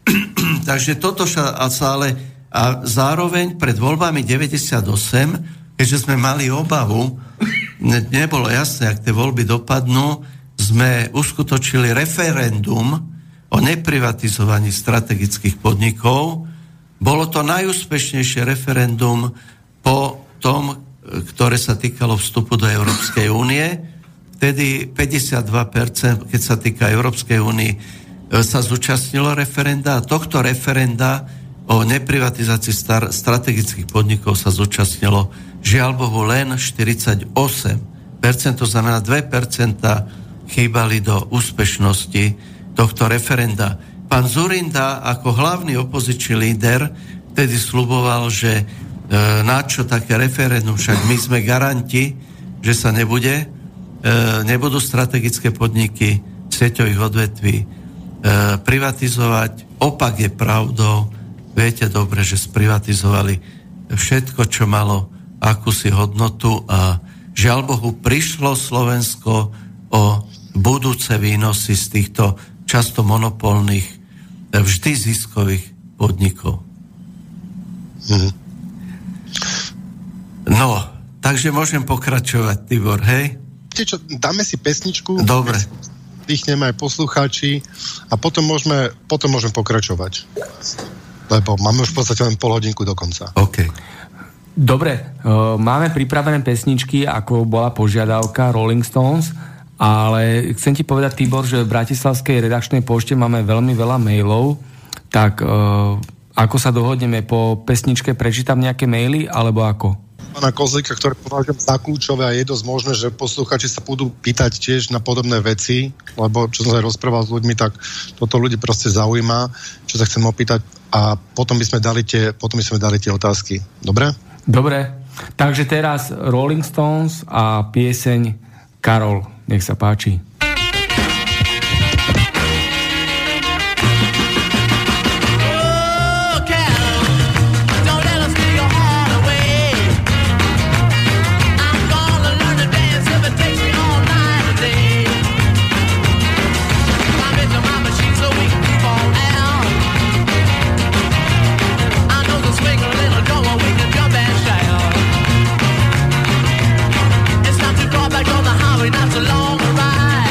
Takže toto sa ale a zároveň pred voľbami deväťdesiatosem, keďže sme mali obavu, nebolo jasné, ak tie voľby dopadnú, sme uskutočili referendum o neprivatizovaní strategických podnikov. Bolo to najúspešnejšie referendum po tom, ktoré sa týkalo vstupu do Európskej únie. Vtedy päťdesiatdva percent, keď sa týka Európskej únie, sa zúčastnilo referenda a tohto referenda o neprivatizácii star- strategických podnikov sa zúčastnilo žiaľ Bohu len štyridsaťosem percent, to znamená dve percentá chýbali do úspešnosti tohto referenda. Pán Dzurinda ako hlavný opozičný líder vtedy sľuboval, že e, na čo také referendum, však my sme garanti, že sa nebude, e, nebudú strategické podniky sieťových odvetví e, privatizovať. Opak je pravdou. Viete dobre, že sprivatizovali všetko, čo malo akúsi hodnotu a žiaľ Bohu prišlo Slovensko o budúce výnosy z týchto často monopolných, vždy ziskových podnikov. Mm. No, takže môžem pokračovať, Tibor, hej? Čo, dáme si pesničku. Dobre. Dýchneme aj poslucháči a potom môžeme, potom môžeme pokračovať. Lebo máme už v podstate len pol hodinku do konca. OK. Dobre, uh, máme pripravené pesničky, ako bola požiadavka Rolling Stones, ale chcem ti povedať, Tibor, že v Bratislavskej redakčnej pošte máme veľmi veľa mailov, tak uh, ako sa dohodneme, po pesničke prečítam nejaké maily, alebo ako? Pána Kozlíka, ktoré považujem za kľúčové a je dosť možné, že posluchači sa budú pýtať tiež na podobné veci, lebo čo som sa rozprával s ľuďmi, tak toto ľudí proste zaujíma, čo sa chcem opýtať a potom by sme dali tie, potom by sme dali tie otázky. Dobre? Dobre. Takže teraz Rolling Stones a pieseň Karol. Nech sa páči. Not so long a ride.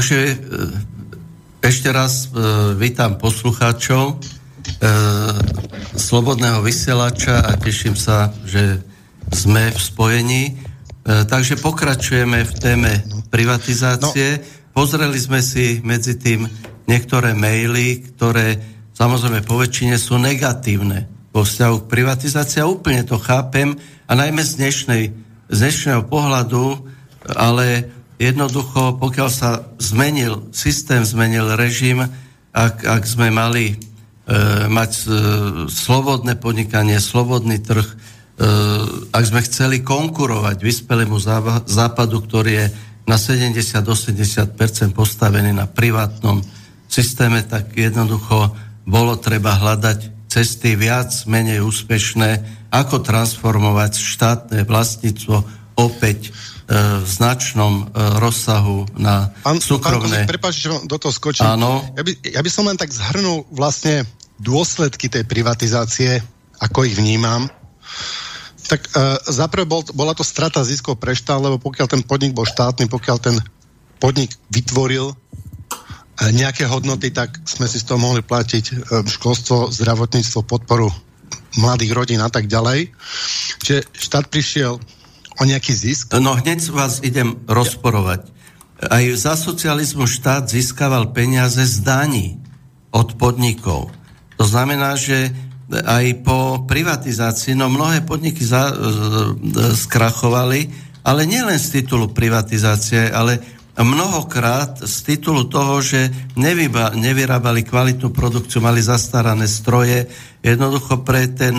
Takže ešte raz vítam poslucháčov Slobodného vysielača a teším sa, že sme v spojení. Takže pokračujeme v téme privatizácie. Pozreli sme si medzi tým niektoré maily, ktoré samozrejme po väčšine sú negatívne vo vzťahu k privatizácii. A úplne to chápem a najmä z, dnešnej, z dnešného pohľadu, ale jednoducho, pokiaľ sa zmenil systém, zmenil režim, ak, ak sme mali e, mať e, slobodné podnikanie, slobodný trh, e, ak sme chceli konkurovať vyspelému západu, ktorý je na sedemdesiat až osemdesiat percent postavený na privátnom systéme, tak jednoducho bolo treba hľadať cesty viac, menej úspešné, ako transformovať štátne vlastníctvo opäť v značnom rozsahu na pán, súkromné... Pán, prepáč, že vám do toho skočím. Áno. Ja by, ja by som len tak zhrnul vlastne dôsledky tej privatizácie, ako ich vnímam. Tak uh, zaprvé bol, bola to strata ziskov pre štát, lebo pokiaľ ten podnik bol štátny, pokiaľ ten podnik vytvoril uh, nejaké hodnoty, tak sme si z toho mohli platiť uh, školstvo, zdravotníctvo, podporu mladých rodín a tak ďalej. Čiže štát prišiel o nejaký zisk? No hneď vás idem rozporovať. Aj za socializmu štát získaval peniaze z daní od podnikov. To znamená, že aj po privatizácii, no mnohé podniky za, skrachovali, ale nielen z titulu privatizácie, ale mnohokrát z titulu toho, že nevyba, nevyrábali kvalitnú produkciu, mali zastarané stroje. Jednoducho pre ten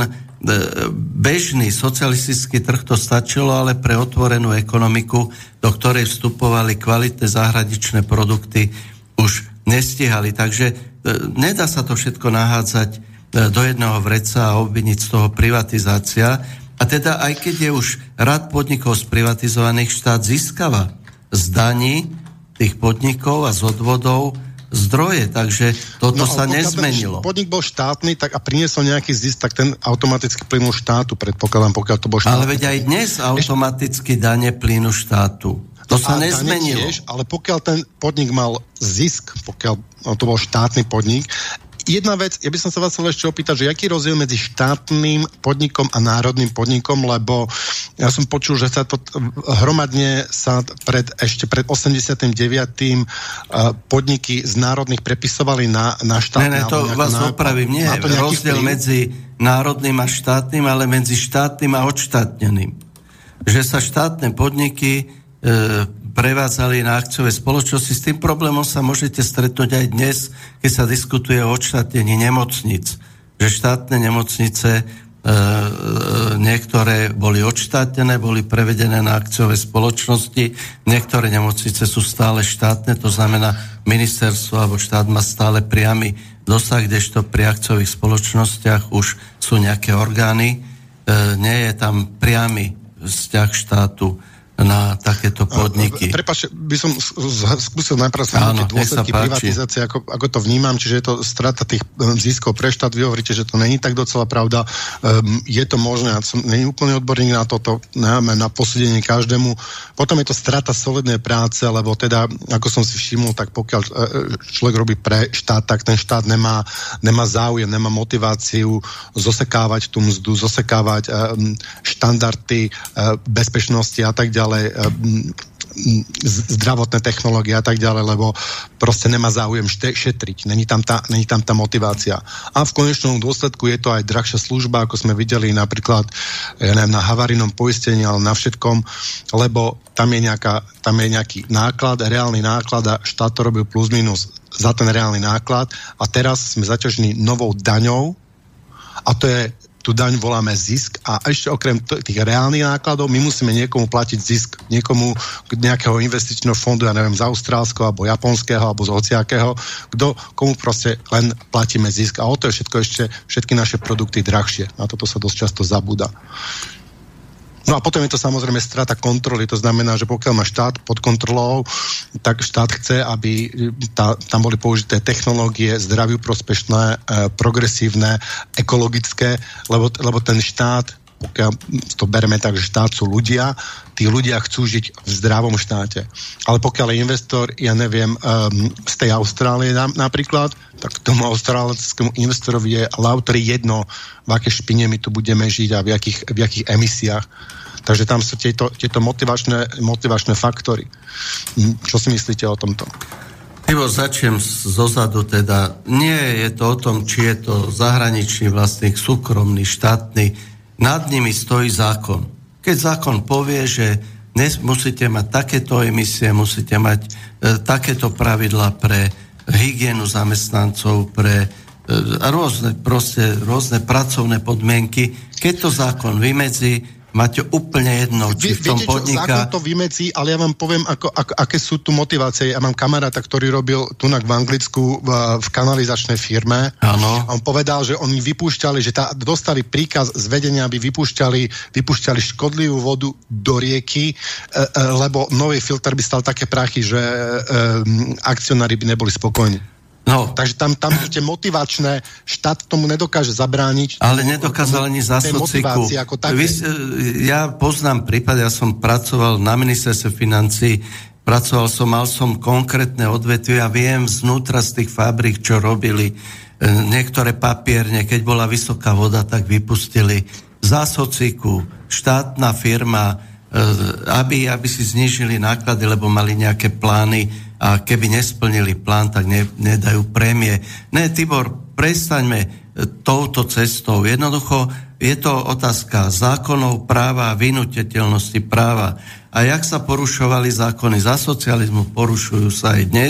bežný socialistický trh to stačilo, ale pre otvorenú ekonomiku, do ktorej vstupovali kvalitné zahraničné produkty, už nestihali. Takže nedá sa to všetko nahádzať do jedného vreca a obviniť z toho privatizácia. A teda aj keď je už rad podnikov sprivatizovaných, štát získava z daní tých podnikov a z odvodov zdroje, takže toto no, sa nezmenilo. Podnik bol štátny tak a priniesol nejaký zisk, tak ten automaticky plynul štátu, predpokladám, pokiaľ to bol štátny. Ale veď aj dnes automaticky dane plynú štátu. To sa a nezmenilo. Tiež, ale pokiaľ ten podnik mal zisk, pokiaľ no, to bol štátny podnik, jedna vec, ja by som sa vás chcel ešte opýtať, že aký je rozdiel medzi štátnym podnikom a národným podnikom, lebo ja som počul, že sa to hromadne sa pred, ešte pred osemdesiatym deviatym podniky z národných prepisovali na, na štátne. Ne, ne, to vás na, opravím. Nie, rozdiel vplyv? Medzi národným a štátnym, ale medzi štátnym a odštátneným. Že sa štátne podniky e, prevádzali na akciové spoločnosti. S tým problémom sa môžete stretnúť aj dnes, keď sa diskutuje o odštátnení nemocnic. Že štátne nemocnice e, e, niektoré boli odštátnené, boli prevedené na akciové spoločnosti, niektoré nemocnice sú stále štátne, to znamená ministerstvo alebo štát má stále priamy dosah, kdežto pri akciových spoločnostiach už sú nejaké orgány. E, nie je tam priamy vzťah štátu na takéto podniky. Prepáč, by som skúsil najprv sa tie dôsledky privatizácie, ako, ako to vnímam, čiže je to strata tých ziskov pre štát. Vy hovoríte, že to není tak docela pravda. Um, je to možné, ja som není úplný odborník na toto, na, na posúdenie každému. Potom je to strata solidnej práce, lebo teda, ako som si všimol, tak pokiaľ človek robí pre štát, tak ten štát nemá, nemá záujem, nemá motiváciu zosekávať tú mzdu, zosekávať um, štandardy uh, bezpečnosti a tak ďalej, ale zdravotné technológie a tak ďalej, lebo proste nemá záujem šetriť. Není tam tá, není tam tá motivácia. A v konečnom dôsledku je to aj drahšia služba, ako sme videli napríklad ja neviem, na havarijnom poistení, ale na všetkom, lebo tam je, nejaká, tam je nejaký náklad, reálny náklad a štát to robil plus minus za ten reálny náklad a teraz sme zaťažení novou daňou a to je tú daň voláme zisk a ešte okrem t- tých reálnych nákladov my musíme niekomu platiť zisk, niekomu nejakého investičného fondu, ja neviem, z austrálskeho, alebo japonského, alebo z hociakého, kto, komu proste len platíme zisk a o to je všetko ešte, všetky naše produkty drahšie. Na toto sa dosť často zabúda. No a potom je to samozrejme strata kontroly, to znamená, že pokiaľ má štát pod kontrolou, tak štát chce, aby tá, tam boli použité technológie zdraviu prospešné, e, progresívne, ekologické, lebo, lebo ten štát pokiaľ to bereme tak, že štát sú ľudia, tí ľudia chcú žiť v zdravom štáte. Ale pokiaľ je investor, ja neviem, um, z tej Austrálie na, napríklad, tak tomu austrálskému investorovi je lautre jedno, v aké špine my tu budeme žiť a v jakých, v jakých emisiách. Takže tam sú tieto, tieto motivačné, motivačné faktory. Čo si myslíte o tomto? Ivo, začnem zozadu teda. Nie je to o tom, či je to zahraničný vlastník, súkromný, štátny. Nad nimi stojí zákon. Keď zákon povie, že dnes musíte mať takéto emisie, musíte mať e, takéto pravidlá pre hygienu zamestnancov, pre e, rôzne, proste, rôzne pracovné podmienky. Keď to zákon vymedzí, máte úplne jedno, či v tom podniká... Zákon to vymedzí, ale ja vám poviem, ako, ako, aké sú tu motivácie. Ja mám kamaráta, ktorý robil tunak v Anglicku v, v kanalizačnej firme. Áno. A on povedal, že oni vypúšťali, že tá, dostali príkaz z vedenia, aby vypúšťali, vypúšťali škodlivú vodu do rieky, e, e, lebo nový filter by stal také prachy, že e, akcionári by neboli spokojní. No. Takže tam, tam sú tie motivačné, štát tomu nedokáže zabrániť. Ale nedokázal ani za sociku. Ja poznám prípad, ja som pracoval na ministerstve financií, pracoval som, mal som konkrétne odvetvie a viem znútra z tých fabrík, čo robili niektoré papierne, keď bola vysoká voda, tak vypustili za sociku, štátna firma, aby, aby si znížili náklady, lebo mali nejaké plány a keby nesplnili plán, tak ne, nedajú prémie. Ne, Tibor, prestaňme touto cestou. Jednoducho je to otázka zákonov práva a vynutiteľnosti práva. A jak sa porušovali zákony za socializmu, porušujú sa aj dnes.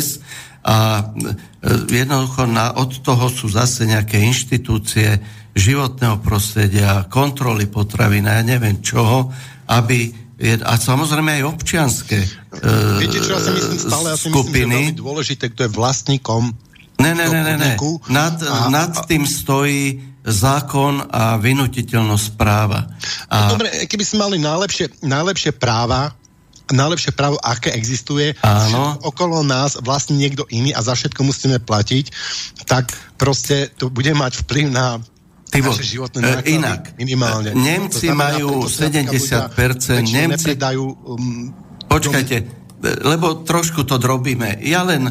A jednoducho na, od toho sú zase nejaké inštitúcie životného prostredia, kontroly potravín a ja neviem čoho, aby a samozrejme aj občianske uh, Viete, čo ja si myslím stále? Ja si skupiny. myslím, že je veľmi dôležité, kto je vlastníkom. Ne, ne, ne, ne, ne. Nad, a, nad tým stojí zákon a vynutiteľnosť práva. A... No, dobre, keby sme mali najlepšie, najlepšie práva, najlepšie právo, aké existuje, okolo nás vlastne niekto iný a za všetko musíme platiť, tak proste to bude mať vplyv na Tibo, naše životné náklady, inak, minimálne. Nemci znamená, majú sedemdesiat percent, Nemci... Nepredajú, um, Počkajte, lebo trošku to drobíme. Ja len, e,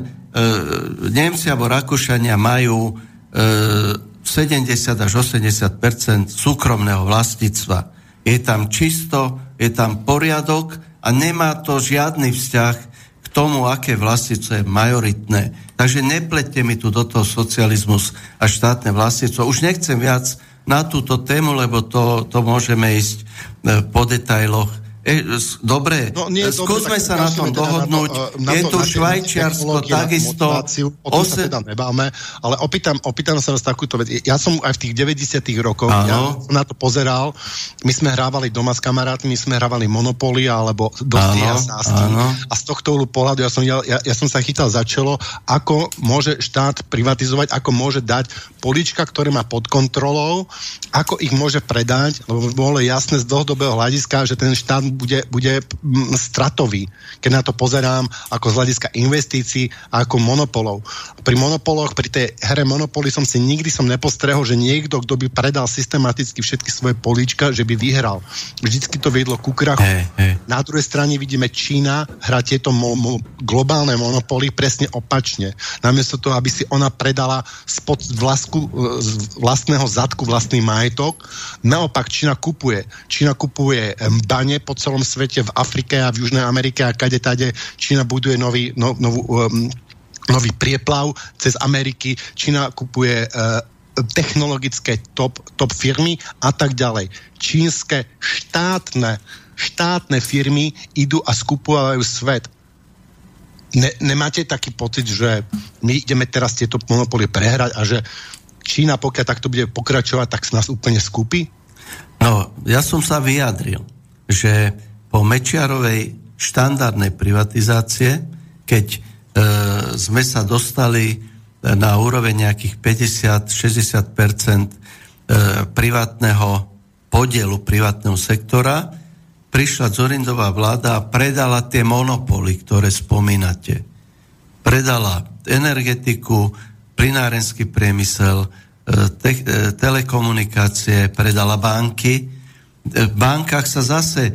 Nemci alebo Rakúšania majú e, sedemdesiat až osemdesiat percent súkromného vlastníctva. Je tam čisto, je tam poriadok a nemá to žiadny vzťah k tomu, aké vlastníctvo je majoritné. Takže nepleťte mi tu do toho socializmus a štátne vlastníctvo. Už nechcem viac na túto tému, lebo to, to môžeme ísť po detailoch. E, dobre, no, nie, skúsme dobre, sa na tom dohodnúť. Na to, je tu Švajčiarsko takisto. O tom ose... sa teda nebáme, ale opýtam, opýtam sa vás takúto vec. Ja som aj v tých deväťdesiatych rokoch, ano. Ja som na to pozeral, my sme hrávali doma s kamarátmi, my sme hrávali Monopoly alebo Dosti a Sásky. A z tohto pohľadu ja som, ja, ja som sa chytal za čelo, ako môže štát privatizovať, ako môže dať políčka, ktoré má pod kontrolou, ako ich môže predať, lebo bolo jasné z dlhodobého hľadiska, že ten štát bude, bude stratový, keď na to pozerám ako z hľadiska investícií a ako monopolov. Pri monopoloch, pri tej hre Monopoly som si nikdy som nepostrehol, že niekto, kto by predal systematicky všetky svoje políčka, že by vyhral. Vždycky to viedlo ku krachu. Hey, hey. Na druhej strane vidíme Čína hrá tieto mo- mo- globálne monopoly presne opačne. Namiesto toho, aby si ona predala spod vlastku, z vlastného zadku vlastný majetok, naopak Čína kupuje. Čína kupuje bane po celom svete, v Afrike a v Južnej Amerike a kade tade Čína buduje nový, no, novú, um, nový prieplav cez Ameriky. Čína kupuje uh, technologické top, top firmy a tak ďalej. Čínske štátne, štátne firmy idú a skupujú svet. Ne, nemáte taký pocit, že my ideme teraz tieto monopoly prehrať a že Čína, pokiaľ takto bude pokračovať, tak nás úplne skúpi? No, ja som sa vyjadril, že po Mečiarovej štandardnej privatizácie, keď e, sme sa dostali na úroveň nejakých päťdesiat až šesťdesiat percent e, privátneho podielu privátneho sektora, prišla Dzurindová vláda a predala tie monopoly, ktoré spomínate. Predala energetiku, plynárenský priemysel, te, telekomunikácie, predala banky. V bankách sa zase e,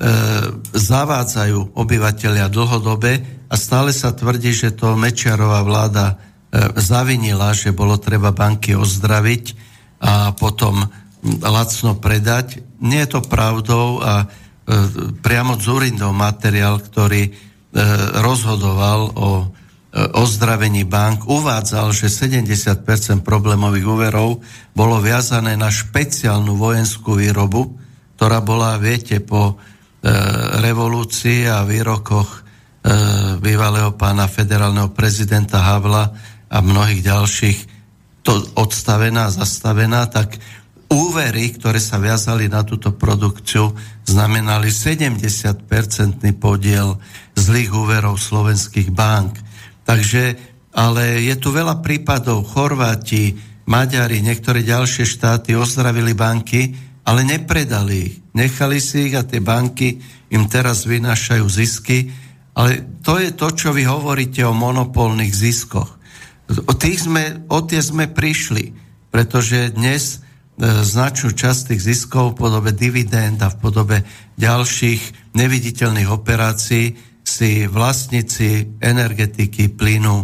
zavádzajú obyvateľia dlhodobé a stále sa tvrdí, že to Mečiarová vláda e, zavinila, že bolo treba banky ozdraviť a potom lacno predať. Nie je to pravdou a e, priamo Dzurindov materiál, ktorý e, rozhodoval o ozdravení bank, uvádzal, že sedemdesiat percent problémových úverov bolo viazané na špeciálnu vojenskú výrobu, ktorá bola, viete, po e, revolúcii a výrokoch e, bývalého pána federálneho prezidenta Havla a mnohých ďalších to odstavená, zastavená, tak úvery, ktoré sa viazali na túto produkciu, znamenali sedemdesiat percentný podiel zlých úverov slovenských bank. Takže, ale je tu veľa prípadov, Chorváti, Maďari, niektoré ďalšie štáty ozdravili banky, ale nepredali ich. Nechali si ich a tie banky im teraz vynášajú zisky. Ale to je to, čo vy hovoríte o monopolných ziskoch. O, tých sme, o tie sme prišli, pretože dnes e, značnú časť tých ziskov v podobe dividend a v podobe ďalších neviditeľných operácií si vlastníci energetiky, plynu, e,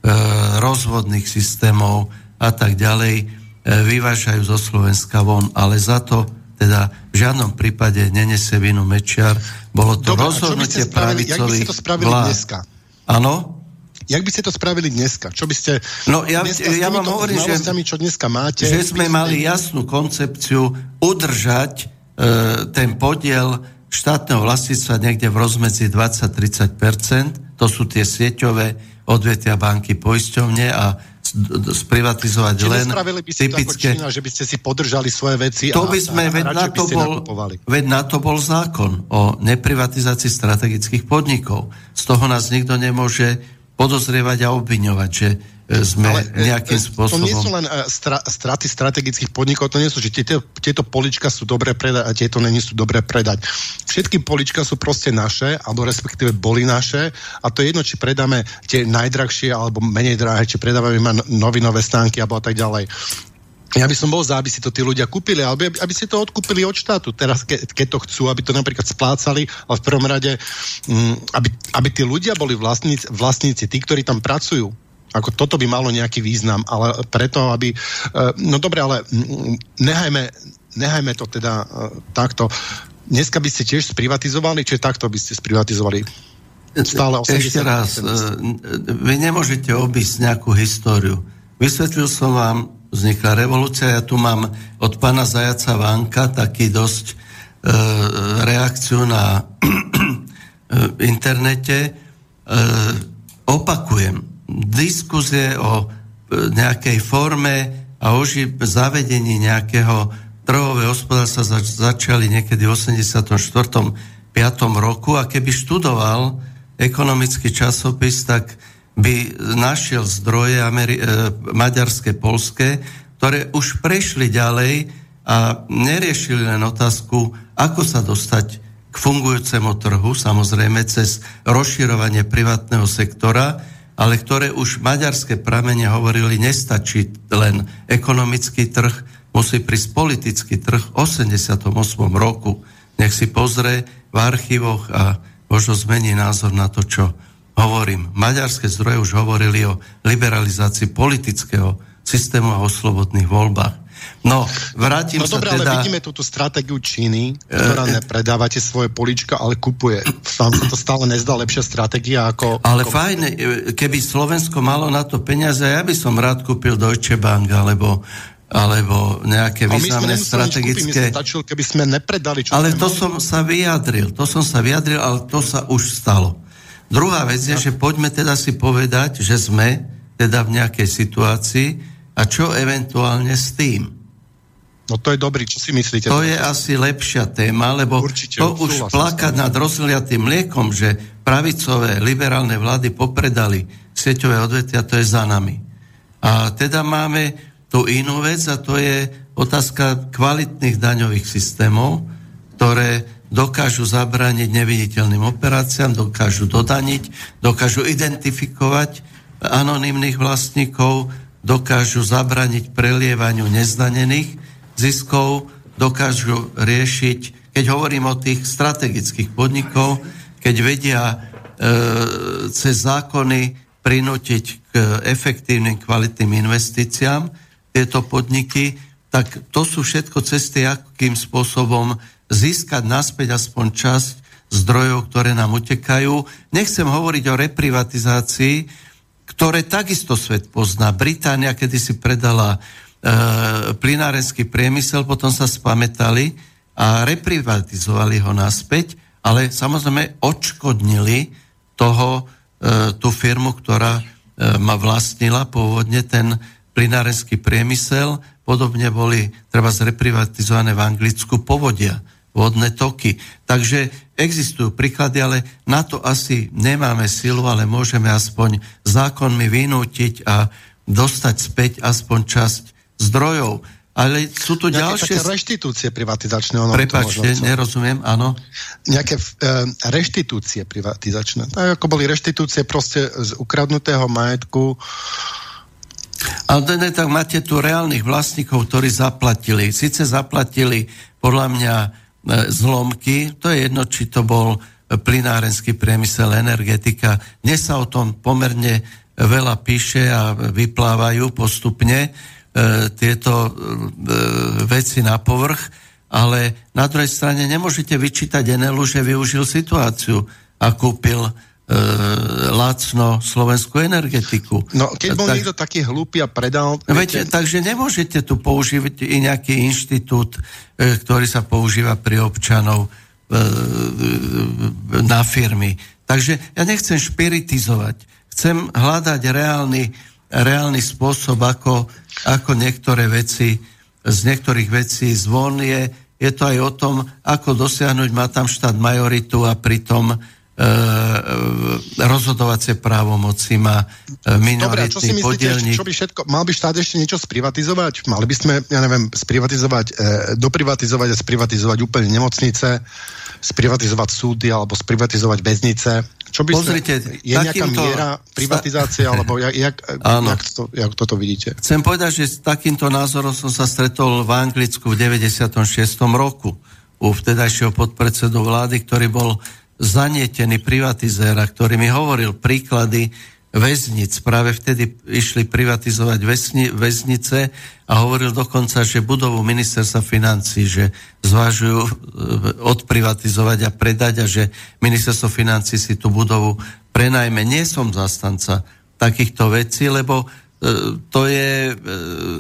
rozvodných systémov a tak ďalej e, vyvážajú zo Slovenska von, ale za to teda v žiadnom prípade nenesie vinu Mečiar. Bolo to Dobre, rozhodnutie pravicových vlád. Jak by ste to spravili vlád. dneska? Áno? Jak by ste to spravili dneska? Čo by ste... No ja, ja vám hovorím, že, čo dneska máte, že sme mali jasnú koncepciu udržať e, ten podiel štátneho vlastníctva niekde v rozmedzi dvadsať až tridsať percent. To sú tie sieťové odvetvia, banky, poisťovne a sprivatizovať len by typické... Čína, že by ste si podržali svoje veci to a, by sme, a, veď, a na to bol, veď na to bol zákon o neprivatizácii strategických podnikov. Z toho nás nikto nemôže podozrievať a obviňovať, že sme ale, nejakým spôsobom... To nie sú len stra, straty strategických podnikov, to nie sú, že tieto, tieto polička sú dobré predať a tieto není sú dobré predať. Všetky polička sú proste naše, alebo respektíve boli naše a to je jedno, či predáme tie najdrahšie alebo menej drahé, či predávame novinové stánky alebo a tak ďalej. Ja by som bol za, aby si to tí ľudia kúpili, alebo aby, aby si to odkúpili od štátu. Teraz, ke, keď to chcú, aby to napríklad splácali, ale v prvom rade, um, aby, aby tí ľudia boli vlastníci, vlastníci, tí, ktorí tam pracujú. Ako toto by malo nejaký význam, ale preto, aby... Uh, no dobre, ale nehajme, nehajme to teda uh, takto. Dneska by ste tiež sprivatizovali, či takto by ste sprivatizovali? Stále Ešte raz, uh, vy nemôžete obísť nejakú históriu. Vysvetlil som vám, vznikla revolúcia, ja tu mám od pána Zajaca Vánka taký dosť e, reakciu na internete. E, opakujem, diskusie o e, nejakej forme a oži- zavedení nejakého trhového hospodárstva zač- začali niekedy v osemdesiatom štvrtom piatom roku a keby študoval ekonomický časopis, tak by našiel zdroje Ameri- e, maďarské, poľské, ktoré už prešli ďalej a neriešili len otázku, ako sa dostať k fungujúcemu trhu, samozrejme cez rozširovanie privátneho sektora, ale ktoré už maďarské pramene hovorili, nestačí len ekonomický trh, musí prísť politický trh v osemdesiatom ôsmom roku. Nech si pozrie v archívoch a možno zmení názor na to, čo hovorím. Maďarské zdroje už hovorili o liberalizácii politického systému a o slobodných voľbách. No, vrátim no, sa dobré, teda... ale vidíme túto stratégiu Číny, ktorá e... nepredávate svoje políčka, ale kupuje. Vám sa to stále nezdá lepšia stratégia ako... Ale ako... fajn, keby Slovensko malo na to peniaze, ja by som rád kúpil Deutsche Bank, alebo alebo nejaké významné strategické... My stačilo, keby sme nepredali, čo ale sme to mali. som sa vyjadril, to som sa vyjadril, ale to sa už stalo. Druhá vec je, že poďme teda si povedať, že sme teda v nejakej situácii a čo eventuálne s tým. No to je dobrý, čo si myslíte? To je asi lepšia téma, lebo Určite, to už plakať nad rozliatým mliekom, že pravicové liberálne vlády popredali sieťové odvetvia, to je za nami. A teda máme tú inú vec a to je otázka kvalitných daňových systémov, ktoré dokážu zabrániť neviditeľným operáciám, dokážu dodaniť, dokážu identifikovať anonymných vlastníkov, dokážu zabrániť prelievaniu nezdanených ziskov dokážu riešiť, keď hovorím o tých strategických podnikov, keď vedia e, cez zákony prinútiť k efektívnym, kvalitným investíciám tieto podniky, tak to sú všetko cesty, akým spôsobom získať naspäť aspoň časť zdrojov, ktoré nám utekajú. Nechcem hovoriť o reprivatizácii, ktoré takisto svet pozná. Británia kedysi predala e, plynárenský priemysel, potom sa spamätali a reprivatizovali ho naspäť, ale samozrejme odškodnili toho, e, tú firmu, ktorá e, ma vlastnila pôvodne ten plynárenský priemysel. Podobne boli treba zreprivatizované v Anglicku povodia, vodné toky. Takže existujú príklady, ale na to asi nemáme silu, ale môžeme aspoň zákonmi vynútiť a dostať späť aspoň časť zdrojov. Ale sú tu nejaké ďalšie... Nejaké reštitúcie privatizačné. Prepáčte, nerozumiem, áno. Nejaké e, reštitúcie privatizačné. Tak ako boli reštitúcie proste z ukradnutého majetku. Ale ne, tak máte tu reálnych vlastníkov, ktorí zaplatili. Sice zaplatili podľa mňa e, zlomky, to je jedno, či to bol plynárenský priemysel, energetika. Dnes sa o tom pomerne veľa píše a vyplávajú postupne e, tieto e, veci na povrch, ale na druhej strane nemôžete vyčítať Enelu, že využil situáciu a kúpil lacno slovenskú energetiku. No, keď bol tak, niekto taký hlúpy a predal... Viete, takže nemôžete tu používať i nejaký inštitút, e, ktorý sa používa pri občanov e, na firmy. Takže ja nechcem špiritizovať. Chcem hľadať reálny, reálny spôsob, ako, ako niektoré veci, z niektorých vecí zvon je. Je to aj o tom, ako dosiahnuť, má tam štát majoritu a pritom rozhodovacie právomoci má minoritný podielník. Čo by všetko, mal by štát ešte niečo sprivatizovať? Mali by sme, ja neviem, sprivatizovať, eh, doprivatizovať a sprivatizovať úplne nemocnice, sprivatizovať súdy alebo sprivatizovať väznice. Čo by Pozrite, ste, je nejaká miera privatizácie, sta... alebo jak, jak, jak, to, jak toto vidíte? Chcem povedať, že s takýmto názorom som sa stretol v Anglicku v deväťdesiatom šiestom roku u vtedajšieho podpredsedu vlády, ktorý bol zanietený privatizéra, ktorý mi hovoril príklady väznic. Práve vtedy išli privatizovať väzni, väznice a hovoril dokonca, že budovu ministerstva financií, že zvažujú odprivatizovať a predať a že ministerstvo financií si tú budovu prenajme. Nie som zastanca takýchto vecí, lebo e, to je e,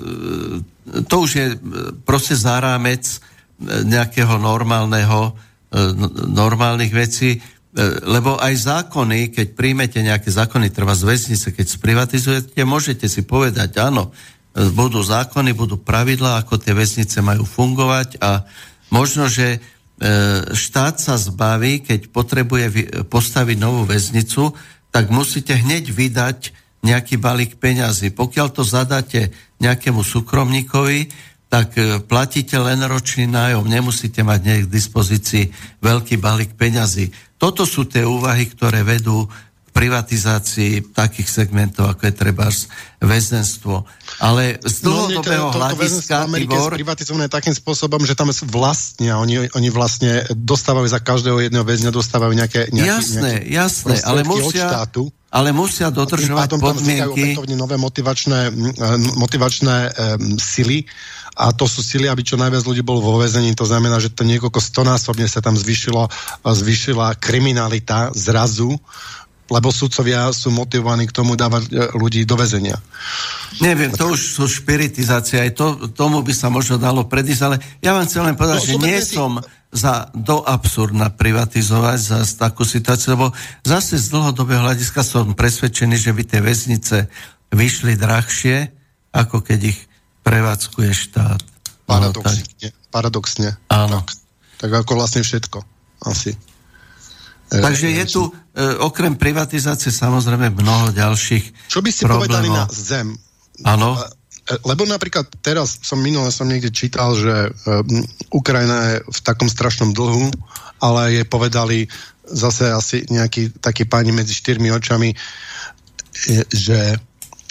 to už je proste za rámec nejakého normálneho normálnych vecí, lebo aj zákony, keď príjmete nejaké zákony, treba z väznice, keď sprivatizujete, môžete si povedať, áno, budú zákony, budú pravidlá, ako tie väznice majú fungovať a možno, že štát sa zbaví, keď potrebuje postaviť novú väznicu, tak musíte hneď vydať nejaký balík peňazí. Pokiaľ to zadáte nejakému súkromníkovi, tak platíte len ročný nájom, nemusíte mať nie k dispozícii veľký balík peňazí. Toto sú tie úvahy, ktoré vedú k privatizácii takých segmentov, ako je trebárs väzenstvo. Ale z dlhodobého no, hľadiska, Tibor... je privatizované takým spôsobom, že tam vlastnia, oni, oni vlastne dostávajú za každého jedného väzňa, dostávajú nejaké... nejaké jasné, nejaké jasné, ale musia... Ale musia dodržovať podmienky. Opätovne nové motivačné, motivačné um, sily a to sú sily, aby čo najviac ľudí bolo vo väzení. To znamená, že to niekoľko stonásobne sa tam zvýšilo, zvýšila kriminalita zrazu, lebo sudcovia sú motivovaní k tomu dávať ľudí do väzenia. Neviem, to už sú špiritizácie, aj to, tomu by sa možno dalo predísť, ale ja vám chcem len povedať, no, že nie si... som za do absurdna privatizovať za takú situáciu, lebo zase z dlhodobého hľadiska som presvedčený, že by tie väznice vyšli drahšie, ako keď ich prevádzkuje štát. Paradoxne. No, tak... Paradoxne. Áno. Tak, tak ako vlastne všetko. Asi. Takže je tu, e, okrem privatizácie, samozrejme mnoho ďalších Čo by ste problémov. Povedali na zem? Áno. Lebo napríklad teraz som minule som niekde čítal, že um, Ukrajina je v takom strašnom dlhu, ale jej povedali zase asi nejakí takí páni medzi štyrmi očami, je, že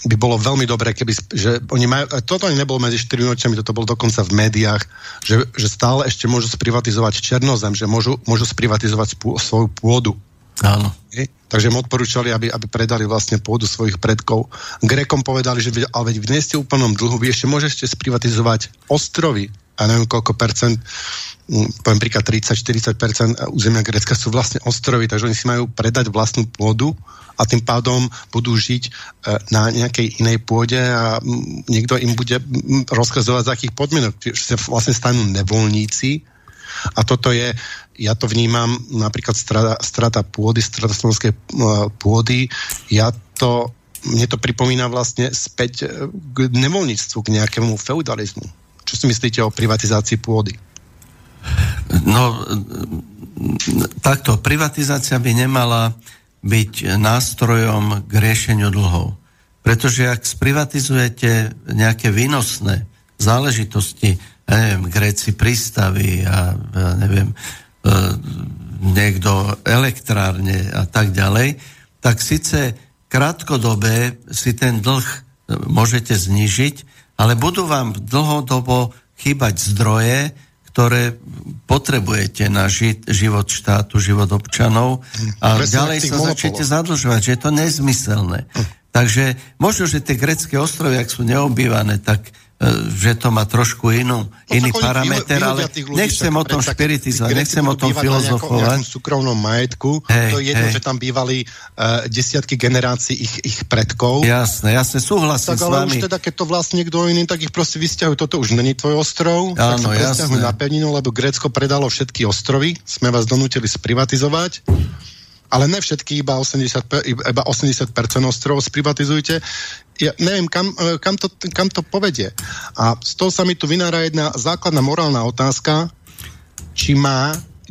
by bolo veľmi dobré, keby, že oni majú, toto ani nebolo medzi štyrmi očami, toto bolo dokonca v médiách, že, že stále ešte môžu sprivatizovať černozem, že môžu, môžu sprivatizovať spú, svoju pôdu. Áno. Okay? Takže im odporúčali, aby, aby predali vlastne pôdu svojich predkov. Grékom povedali, že ale veď v nie ste úplnom dlhu, vy ešte môžete sprivatizovať ostrovy, a neviem koľko percent, poviem príklad tridsať až štyridsať percent územia Grécka sú vlastne ostrovy, takže oni si majú predať vlastnú pôdu a tým pádom budú žiť na nejakej inej pôde a niekto im bude rozkazovať za akých podmienok. Že sa vlastne stanú nevoľníci a toto je, ja to vnímam napríklad strata, strata pôdy, strata slovenskej pôdy, ja to, mne to pripomína vlastne späť k nevoľníctvu, k nejakému feudalizmu. Čo si myslíte o privatizácii pôdy? No, takto, privatizácia by nemala byť nástrojom k riešeniu dlhov. Pretože ak sprivatizujete nejaké výnosné záležitosti, ja neviem, Gréci prístavy a ja neviem, niekto elektrárne a tak ďalej, tak síce krátkodobé si ten dlh môžete znížiť, ale budú vám dlhodobo chýbať zdroje, ktoré potrebujete na ži- život štátu, život občanov a Presne ďalej sa začnete zadlžovať, že je to nezmyselné. Hm. Takže možno, že tie grécke ostrovy, ak sú neobývané, tak že to má trošku inú, no, iný parameter, ale nechcem o tom špiritizovať, nechcem o tom filozofovať. V súkromnom majetku, hey, to je jedno, hey. že tam bývali uh, desiatky generácií ich, ich predkov. Jasné, jasné, súhlasím tak, s vami. Ale už teda, keď to vlastne niekto iný, tak ich proste vysťahujú. Toto už není tvoj ostrov, áno, tak sa presťahujú na pevninu, lebo Grécko predalo všetky ostrovy, sme vás donútili sprivatizovať. Ale ne všetky, iba osemdesiat, iba osemdesiat percent ostrovov sprivatizujte. Ja neviem, kam, kam, to, kam to povedie. A z toho sa mi tu vynára jedna základná morálna otázka, či má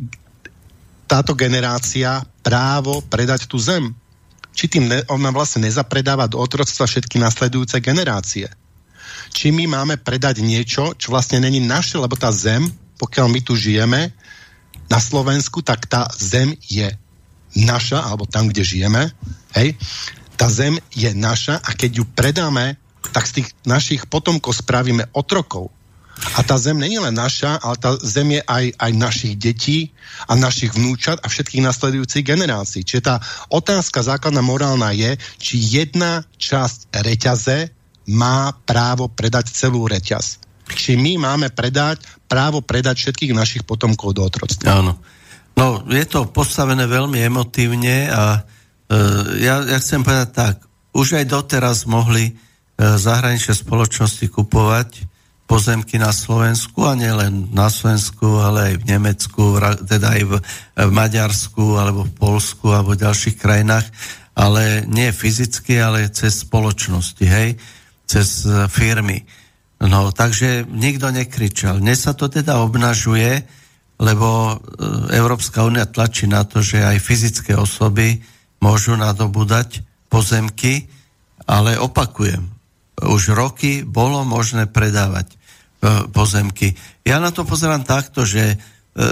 táto generácia právo predať tú zem. Či tým ne, ona vlastne nezapredáva do otroctva všetky nasledujúce generácie. Či my máme predať niečo, čo vlastne není naše, lebo tá zem, pokiaľ my tu žijeme na Slovensku, tak tá zem je naša, alebo tam, kde žijeme, hej, tá zem je naša a keď ju predáme, tak z tých našich potomkov spravíme otrokov. A tá zem nie je len naša, ale tá zem je aj, aj našich detí a našich vnúčat a všetkých nasledujúcich generácií. Čiže tá otázka základná morálna je, či jedna časť reťaze má právo predať celú reťaz. Či my máme predať, právo predať všetkých našich potomkov do otroctva. Áno. No, je to postavené veľmi emotívne a e, ja, ja chcem povedať tak, už aj doteraz mohli e, zahraničné spoločnosti kupovať pozemky na Slovensku a nielen na Slovensku, ale aj v Nemecku, teda aj v, v Maďarsku alebo v Poľsku alebo v ďalších krajinách, ale nie fyzicky, ale cez spoločnosti, hej, cez firmy. No, takže nikto nekričal. Dnes sa to teda obnažuje, lebo Európska únia tlačí na to, že aj fyzické osoby môžu nadobúdať pozemky, ale opakujem, už roky bolo možné predávať pozemky. Ja na to pozerám takto, že e,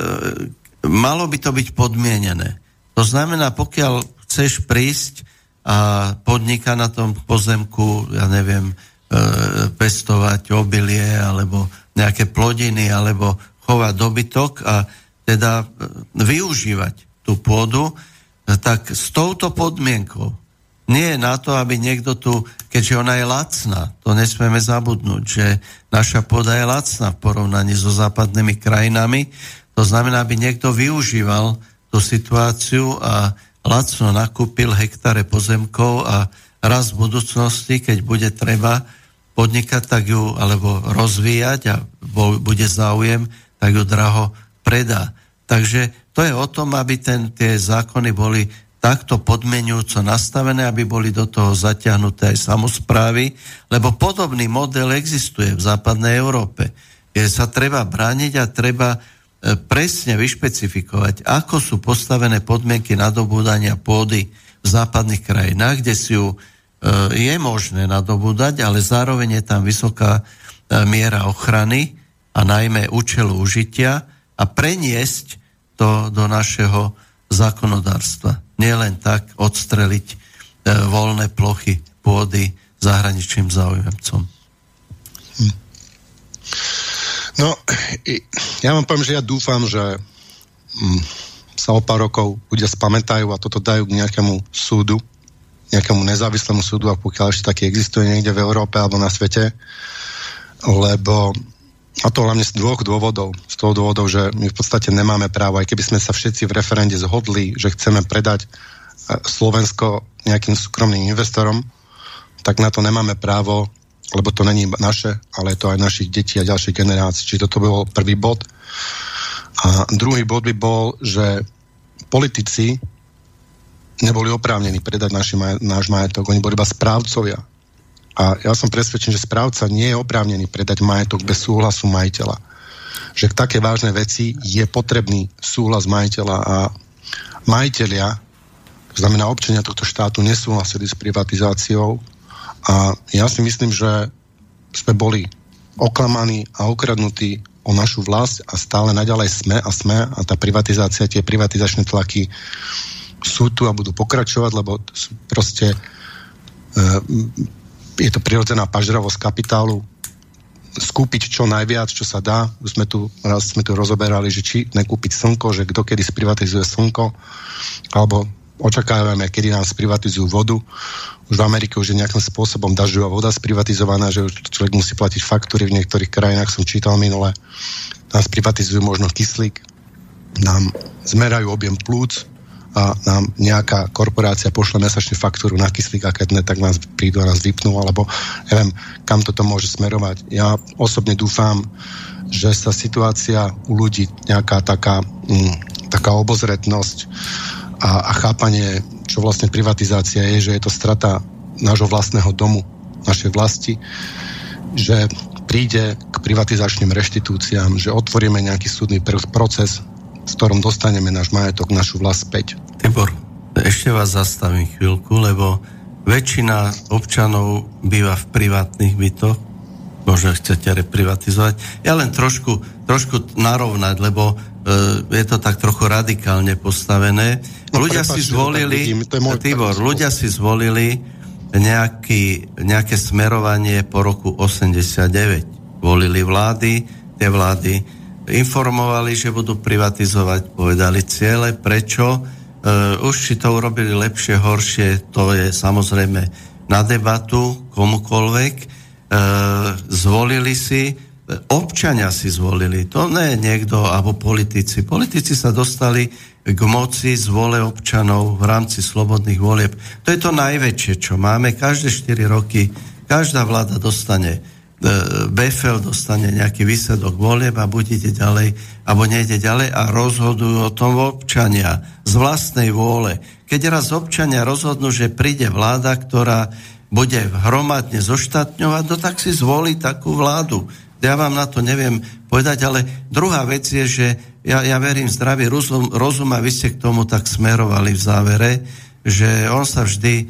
malo by to byť podmienené. To znamená, pokiaľ chceš prísť a podniká na tom pozemku, ja neviem, e, pestovať obilie, alebo nejaké plodiny, alebo chovať dobytok a teda využívať tú pôdu, tak s touto podmienkou nie je na to, aby niekto tu, keďže ona je lacná, to nesmieme zabudnúť, že naša pôda je lacná v porovnaní so západnými krajinami, to znamená, aby niekto využíval tú situáciu a lacno nakúpil hektáre pozemkov a raz v budúcnosti, keď bude treba podnikať, tak ju, alebo rozvíjať a bude záujem, tak ju draho predá. Takže to je o tom, aby ten, tie zákony boli takto podmenujúco nastavené, aby boli do toho zatiahnuté aj samosprávy, lebo podobný model existuje v západnej Európe. Je sa treba brániť a treba presne vyšpecifikovať, ako sú postavené podmienky nadobúdania pôdy v západných krajinách, kde si ju je možné nadobúdať, ale zároveň je tam vysoká miera ochrany a najmä účelu užitia a preniesť to do našeho zákonodárstva. Nie len tak odstreliť e, voľné plochy pôdy zahraničným záujemcom. Hm. No, ja vám poviem, že ja dúfam, že hm, sa o pár rokov ľudia spamätajú a toto dajú k nejakému súdu, nejakému nezávislému súdu, a pokiaľ ešte taký existuje niekde v Európe alebo na svete, lebo a to hlavne z dvoch dôvodov. Z toho dôvodov, že my v podstate nemáme právo, aj keby sme sa všetci v referende zhodli, že chceme predať Slovensko nejakým súkromným investorom, tak na to nemáme právo, lebo to není naše, ale je to aj našich detí a ďalších generácií. Čiže toto by bol prvý bod. A druhý bod by bol, že politici neboli oprávnení predať naši maj- náš majetok, oni boli iba správcovia. A ja som presvedčený, že správca nie je oprávnený predať majetok bez súhlasu majiteľa. Že k také vážnej veci je potrebný súhlas majiteľa a majiteľia, to znamená občania tohto štátu, nesúhlasili s privatizáciou a ja si myslím, že sme boli oklamaní a okradnutí o našu vlast a stále naďalej sme a sme a tá privatizácia, tie privatizačné tlaky sú tu a budú pokračovať, lebo sú proste e, je to prirodzená pažravosť kapitálu skúpiť čo najviac, čo sa dá. Už sme tu, raz sme tu rozoberali, že či nekúpiť slnko, že kto kedy sprivatizuje slnko, alebo očakávame, kedy nám sprivatizujú vodu. Už v Amerike už je nejakým spôsobom dažďová voda sprivatizovaná, že už človek musí platiť faktúry. V niektorých krajinách som čítal minule. Nám sprivatizujú možno kyslík, nám zmerajú objem plúc, a nám nejaká korporácia pošle mesačnú faktúru na kyslík a keď ne, tak nás prídu a nás vypnú, alebo neviem, kam toto môže smerovať. Ja osobne dúfam, že sa situácia u ľudí, nejaká taká, mm, taká obozretnosť a, a chápanie, čo vlastne privatizácia je, že je to strata nášho vlastného domu, našej vlasti, že príde k privatizačným reštitúciám, že otvoríme nejaký súdny pr- proces, v ktorom dostaneme náš majetok, našu vlast späť. Tibor, ešte vás zastavím chvíľku, lebo väčšina občanov býva v privátnych bytoch, možno chcete reprivatizovať. Ja len trošku, trošku narovnať, lebo e, je to tak trochu radikálne postavené. No, ľudia prepáč, si zvolili, môj, Tibor, ľudia si zvolili nejaký, nejaké smerovanie po roku osemdesiatdeväť. Volili vlády, tie vlády informovali, že budú privatizovať, povedali ciele, prečo. Uh, už či to urobili lepšie, horšie, to je samozrejme na debatu komukoľvek. Uh, zvolili si, občania si zvolili, to nie je niekto, alebo politici. Politici sa dostali k moci z vôle občanov v rámci slobodných volieb. To je to najväčšie, čo máme. Každé štyri roky každá vláda dostane bé ef el dostane nejaký výsledok volieb a buď ide ďalej, alebo nejde ďalej a rozhodujú o tom občania z vlastnej vôle. Keď raz občania rozhodnú, že príde vláda, ktorá bude hromadne zoštátňovať, no tak si zvolí takú vládu. Ja vám na to neviem povedať, ale druhá vec je, že ja, ja verím zdravý rozum, rozum a vy ste k tomu tak smerovali v závere, že on sa vždy,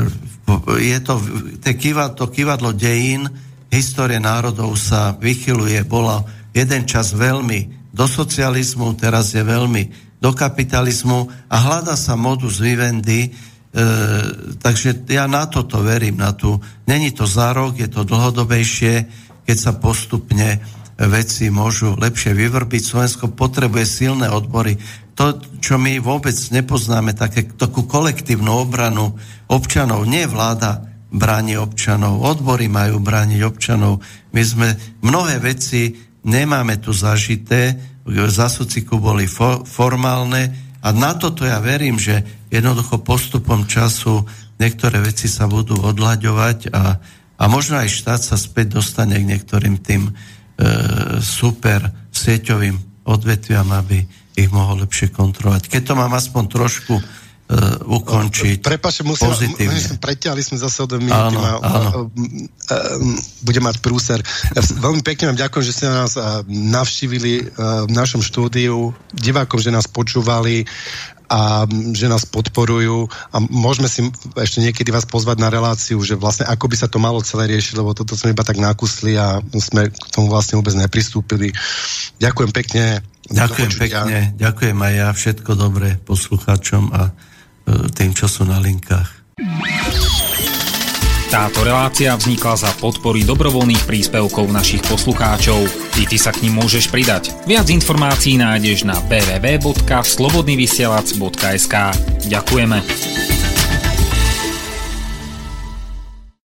je to, to kývadlo dejín, histórie národov sa vychyluje, bola jeden čas veľmi do socializmu, teraz je veľmi do kapitalizmu a hľada sa modus vivendi, e, takže ja na toto verím, na tú, není to za rok, je to dlhodobejšie, keď sa postupne veci môžu lepšie vyvrbiť. Slovensko potrebuje silné odbory. To, čo my vôbec nepoznáme, také, takú kolektívnu obranu občanov, nie vláda bráni občanov, odbory majú brániť občanov. My sme mnohé veci nemáme tu zažité, za sociku boli fo- formálne a na toto ja verím, že jednoducho postupom času niektoré veci sa budú odľaďovať a, a možno aj štát sa späť dostane k niektorým tým e, super sieťovým odvetviam, aby ich mohol lepšie kontrolovať. Keď to mám aspoň trošku Uh, ukončiť Prepáčte, pozitívne. Musím, preťahli sme zase o dve minúty. Áno, áno. Bude mať prúser. Ja veľmi pekne vám ďakujem, že ste nás navštívili v našom štúdiu, divákom, že nás počúvali a že nás podporujú a môžeme si ešte niekedy vás pozvať na reláciu, že vlastne ako by sa to malo celé riešiť, lebo toto sme iba tak nakusli a sme k tomu vlastne vôbec nepristúpili. Ďakujem pekne. Ďakujem pekne, ďakujem aj ja, všetko dobré poslucháčom a tým, čo sú na linkách. Táto relácia vznikla za podpory dobrovoľných príspevkov našich poslucháčov. I ty sa k nim môžeš pridať. Viac informácií nájdeš na w w w bodka slobodnyvysielac bodka es ka. Ďakujeme.